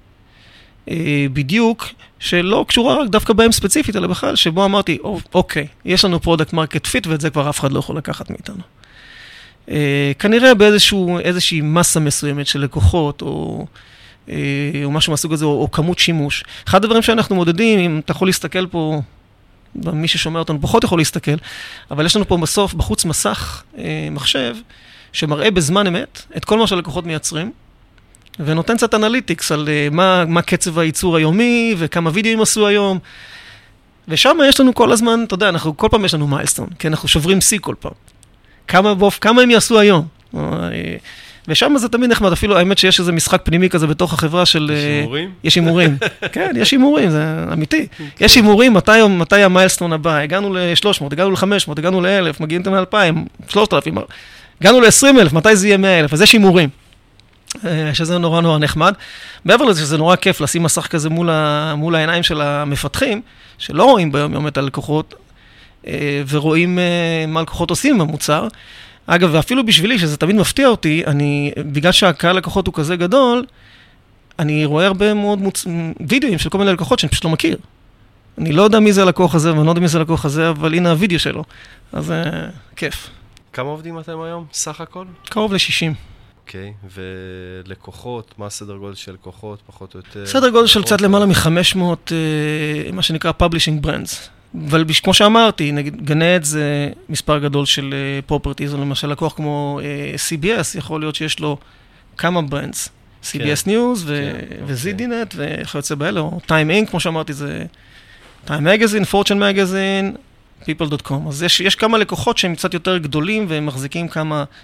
אה, בדיוק, שלא קשורה רק דווקא בהם ספציפית, אלא בכלל, שבו אמרתי, אוקיי, יש לנו product market fit, ואת זה כבר אף אחד לא יכול לקחת מאיתנו. אה, כנראה באיזושהי מסה מסוימת של לקוחות, או... או משהו מהסוג הזה, או, או כמות שימוש. אחד הדברים שאנחנו מודדים, אם אתה יכול להסתכל פה, מי ששומע אותנו פחות יכול להסתכל, אבל יש לנו פה בסוף, בחוץ מסך אה, מחשב, שמראה בזמן אמת את כל מה שהלקוחות מייצרים, ונותן קצת אנליטיקס על אה, מה, מה קצב הייצור היומי, וכמה וידאוים עשו היום, ושם יש לנו כל הזמן, אתה יודע, אנחנו, כל פעם יש לנו מיילסטון, כי אנחנו שוברים סי כל פעם. כמה, בוף, כמה הם יעשו היום? אה, ושם זה תמיד נחמד, אפילו האמת שיש איזה משחק פנימי כזה בתוך החברה של... יש הימורים? יש הימורים. כן, יש הימורים, זה אמיתי. יש הימורים, מתי המיילסטון הבא? הגענו ל-שלוש מאות, הגענו ל-חמש מאות, הגענו ל-אלף, מגיעים אתם ל-אלפיים, שלושת אלפים, הגענו ל-עשרים אלף, מתי זה יהיה מאה אלף? אז יש הימורים. שזה נורא נורא נחמד. מעבר לזה שזה נורא כיף לשים מסך כזה מול העיניים של המפתחים, שלא רואים ביום יום את הלקוחות, ורואים מה הלקוחות עושים במוצר. אגב, ואפילו בשבילי, שזה תמיד מפתיע אותי, אני, בגלל שהקהל לקוחות הוא כזה גדול, אני רואה הרבה מאוד מוצ... וידאוים של כל מיני לקוחות שאני פשוט לא מכיר. אני לא יודע מי זה הלקוח הזה, ואני לא יודע מי זה הלקוח הזה, אבל הנה הוידאו שלו. אז זה כיף. כמה עובדים אתם היום, סך הכל? קרוב ל-שישים. אוקיי, ולקוחות, מה הסדר גודל של לקוחות, פחות או יותר? סדר גודל של קצת למעלה מ-חמש מאות, מה שנקרא Publishing Brands. אבל כמו שאמרתי, נגיד גנט זה מספר גדול של פרופרטיז, או למשל לקוח כמו סי בי אס, יכול להיות שיש לו כמה ברנדס, סי בי אס News ו-זי די נט וכיוצא באלה, או Time Inc, כמו שאמרתי, זה Time Magazine, Fortune Magazine, people dot com. אז יש, יש כמה לקוחות שהם קצת יותר גדולים, והם מחזיקים כמה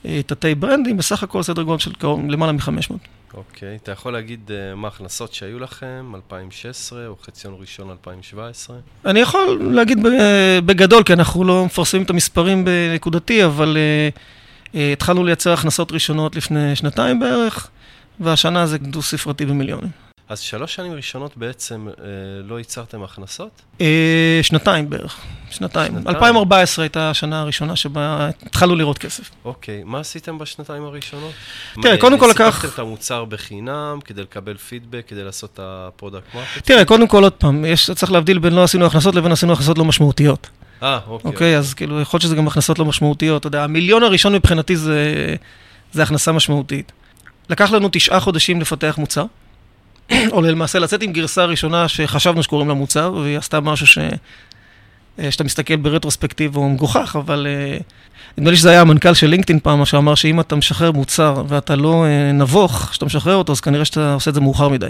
תתי ברנדים, בסך הכל סדר גודל של למעלה מ-חמש מאות. אוקיי, אתה יכול להגיד מה ההכנסות שהיו לכם, אלפיים ושש עשרה או חציון ראשון אלפיים שבע עשרה? אני יכול להגיד בגדול, כי אנחנו לא מפרסמים את המספרים בנקודתי, אבל התחלנו לייצר הכנסות ראשונות לפני שנתיים בערך, והשנה זה דו ספרתי במיליונים. אז שלוש שנים ראשונות בעצם אה, לא ייצרתם הכנסות? אה, שנתיים בערך, שנתיים. שנתיים. אלפיים וארבע עשרה הייתה השנה הראשונה שבה התחלנו לראות כסף. אוקיי, מה עשיתם בשנתיים הראשונות? תראה, מה, קודם כל לקח... סיפקתם את המוצר בחינם כדי לקבל פידבק, כדי לעשות את הפרודקט מרקט? תראה, קודם כל עוד פעם, יש, צריך להבדיל בין לא עשינו הכנסות לבין עשינו הכנסות לא משמעותיות. אה, אוקיי. אוקיי, אז כאילו, יכול להיות שזה גם הכנסות לא משמעותיות. אתה יודע, המיליון הראשון מבחינתי זה, זה הכנסה משמעותית. לקח לנו תשעה חודשים לפתח מוצר. או למעשה לצאת עם גרסה ראשונה שחשבנו שקוראים לה מוצר, והיא עשתה משהו ש... שאתה מסתכל ברטרוספקטיב הוא מגוחך, אבל נדמה לי שזה היה המנכ"ל של לינקדאין פעם, שאמר שאם אתה משחרר מוצר ואתה לא נבוך, שאתה משחרר אותו, אז כנראה שאתה עושה את זה מאוחר מדי.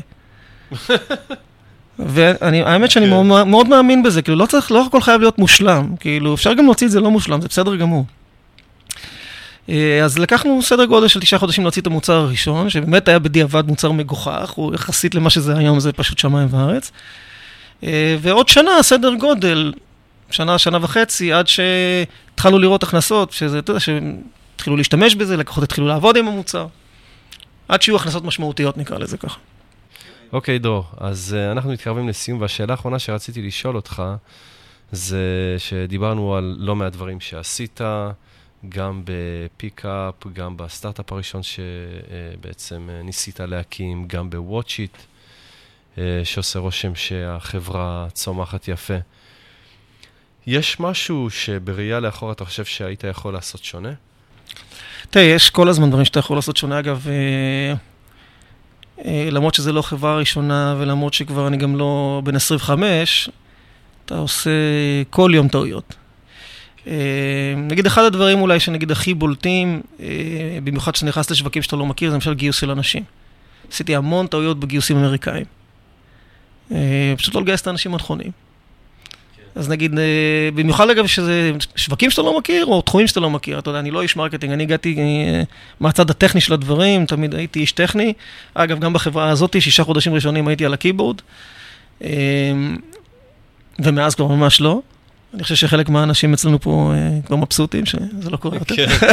והאמת שאני מאוד, מאוד מאמין בזה, כאילו לא צריך, לא הכל חייב להיות מושלם, כאילו אפשר גם להוציא את זה לא מושלם, זה בסדר גמור. אז לקחנו סדר גודל של תשעה חודשים להוציא את המוצר הראשון, שבאמת היה בדיעבד מוצר מגוחך, הוא יחסית למה שזה היום, זה פשוט שמיים וארץ. ועוד שנה, סדר גודל, שנה, שנה וחצי, עד שהתחלנו לראות הכנסות, שזה, אתה יודע, שהתחילו להשתמש בזה, לקוחות התחילו לעבוד עם המוצר, עד שיהיו הכנסות משמעותיות, נקרא לזה ככה. אוקיי, דור, אז אנחנו מתקרבים לסיום, והשאלה האחרונה שרציתי לשאול אותך, זה שדיברנו על לא מעט דברים שעשית, גם בפיקאפ, גם בסטארט-אפ הראשון שבעצם ניסית להקים, גם בוואטשיט, שעושה רושם שהחברה צומחת יפה. יש משהו שבראייה לאחור אתה חושב שהיית יכול לעשות שונה? תראה, יש כל הזמן דברים שאתה יכול לעשות שונה, אגב, למרות שזה לא חברה ראשונה, ולמרות שכבר אני גם לא בן עשרים וחמש, אתה עושה כל יום טעויות. נגיד אחד הדברים אולי שנגיד הכי בולטים, במיוחד שאתה נכנס לשווקים שאתה לא מכיר, זה למשל גיוס של אנשים. עשיתי המון טעויות בגיוסים אמריקאים. פשוט לא לגייס את האנשים הנכונים. אז נגיד, במיוחד אגב שזה שווקים שאתה לא מכיר, או תחומים שאתה לא מכיר. אתה יודע, אני לא איש מרקטינג, אני הגעתי מהצד הטכני של הדברים, תמיד הייתי איש טכני. אגב, גם בחברה הזאת, שישה חודשים ראשונים הייתי על הקיבורד, ומאז כבר ממש לא. אני חושב שחלק מהאנשים אצלנו פה כבר מבסוטים, שזה לא קורה יותר.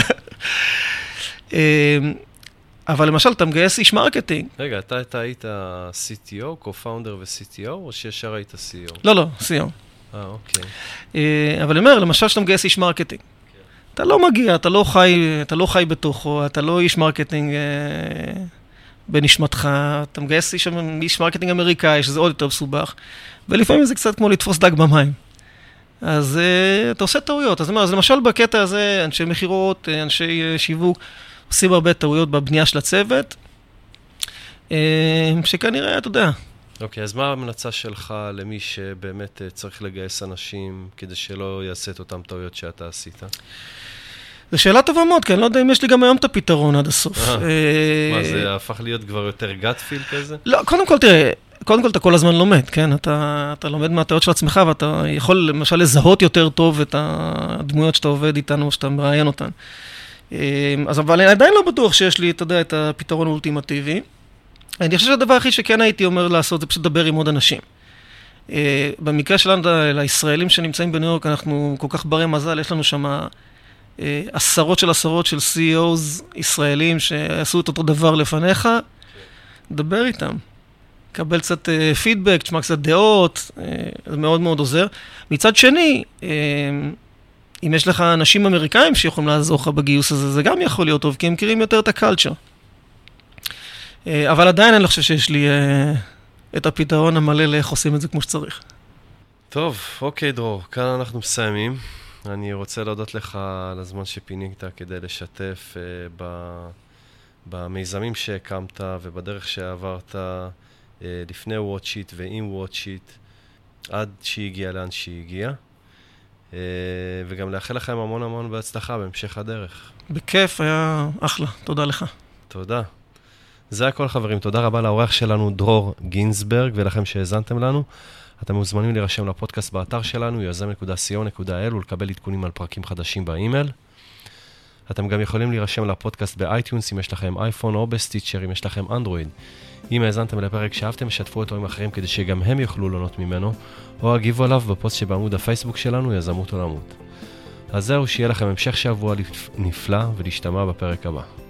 אבל למשל, אתה מגייס איש מרקטינג. רגע, אתה היית סי טי או, co-founder ו-סי טי או, או שישר היית סי אי או? לא, לא, סי אי או. אה, אוקיי. אבל אני אומר, למשל, שאתה מגייס איש מרקטינג. אתה לא מגיע, אתה לא חי, אתה לא חי בתוכו, אתה לא איש מרקטינג בנשמתך, אתה מגייס איש מרקטינג אמריקאי, שזה עוד יותר מסובך, ולפעמים זה קצת כמו לתפוס דג במים. אז uh, אתה עושה טעויות. אז, אז למשל בקטע הזה, אנשי מחירות, אנשי uh, שיווק, עושים הרבה טעויות בבנייה של הצוות, uh, שכנראה, אתה יודע. אוקיי, okay, אז מה ההמלצה שלך למי שבאמת uh, צריך לגייס אנשים, כדי שלא יעשה את אותם טעויות שאתה עשית? זו שאלה טובה מאוד, כי אני לא יודע אם יש לי גם היום את הפתרון עד הסוף. מה, זה הפך להיות כבר יותר gut feel כזה? לא, קודם כל, תראה, קודם כל אתה כל הזמן לומד, כן? אתה, אתה לומד מהטעויות של עצמך, ואתה יכול למשל לזהות יותר טוב את הדמויות שאתה עובד איתנו, שאתה מראיין אותן. אז אבל אני עדיין לא בטוח שיש לי, אתה יודע, את הפתרון האולטימטיבי. אני חושב שהדבר הכי שכן הייתי אומר לעשות, זה פשוט לדבר עם עוד אנשים. במקרה שלנו, לישראלים שנמצאים בניו יורק, אנחנו כל כך ברי מזל, יש לנו שם עשרות של עשרות של סי אי או'ס ישראלים שעשו את אותו דבר לפניך, דבר איתם. קבל קצת פידבק, תשמע קצת דעות, זה מאוד מאוד עוזר. מצד שני, אם יש לך אנשים אמריקאים שיכולים לעזור לך בגיוס הזה, זה גם יכול להיות טוב, כי הם מכירים יותר את הקלצ'ר. אבל עדיין אני לא חושב שיש לי את הפתרון המלא לאיך עושים את זה כמו שצריך. טוב, אוקיי דרור, כאן אנחנו מסיימים. אני רוצה להודות לך על הזמן שפינית כדי לשתף ב... במיזמים שהקמת ובדרך שעברת לפני וואטשיט ועם וואטשיט, עד שהיא לאן שהיא הגיעה. וגם לאחל לכם המון המון בהצלחה בהמשך הדרך. בכיף, היה אחלה. תודה לך. תודה. זה הכל חברים. תודה רבה לאורח שלנו דרור גינסברג ולכם שהאזנתם לנו. אתם מוזמנים להירשם לפודקאסט באתר שלנו, יזם נקודה סי או נקודה איי אל, ולקבל עדכונים על פרקים חדשים באימייל. אתם גם יכולים להירשם לפודקאסט באייטיונס אם יש לכם אייפון או בסטיצ'ר אם יש לכם אנדרואיד. אם האזנתם לפרק שאהבתם, שתפו אותו עם אחרים כדי שגם הם יוכלו ליהנות ממנו, או הגיבו עליו בפוסט שבעמוד הפייסבוק שלנו, יזמות עולמות. אז זהו, שיהיה לכם המשך שבוע נפלא ולהשתמע בפרק הבא.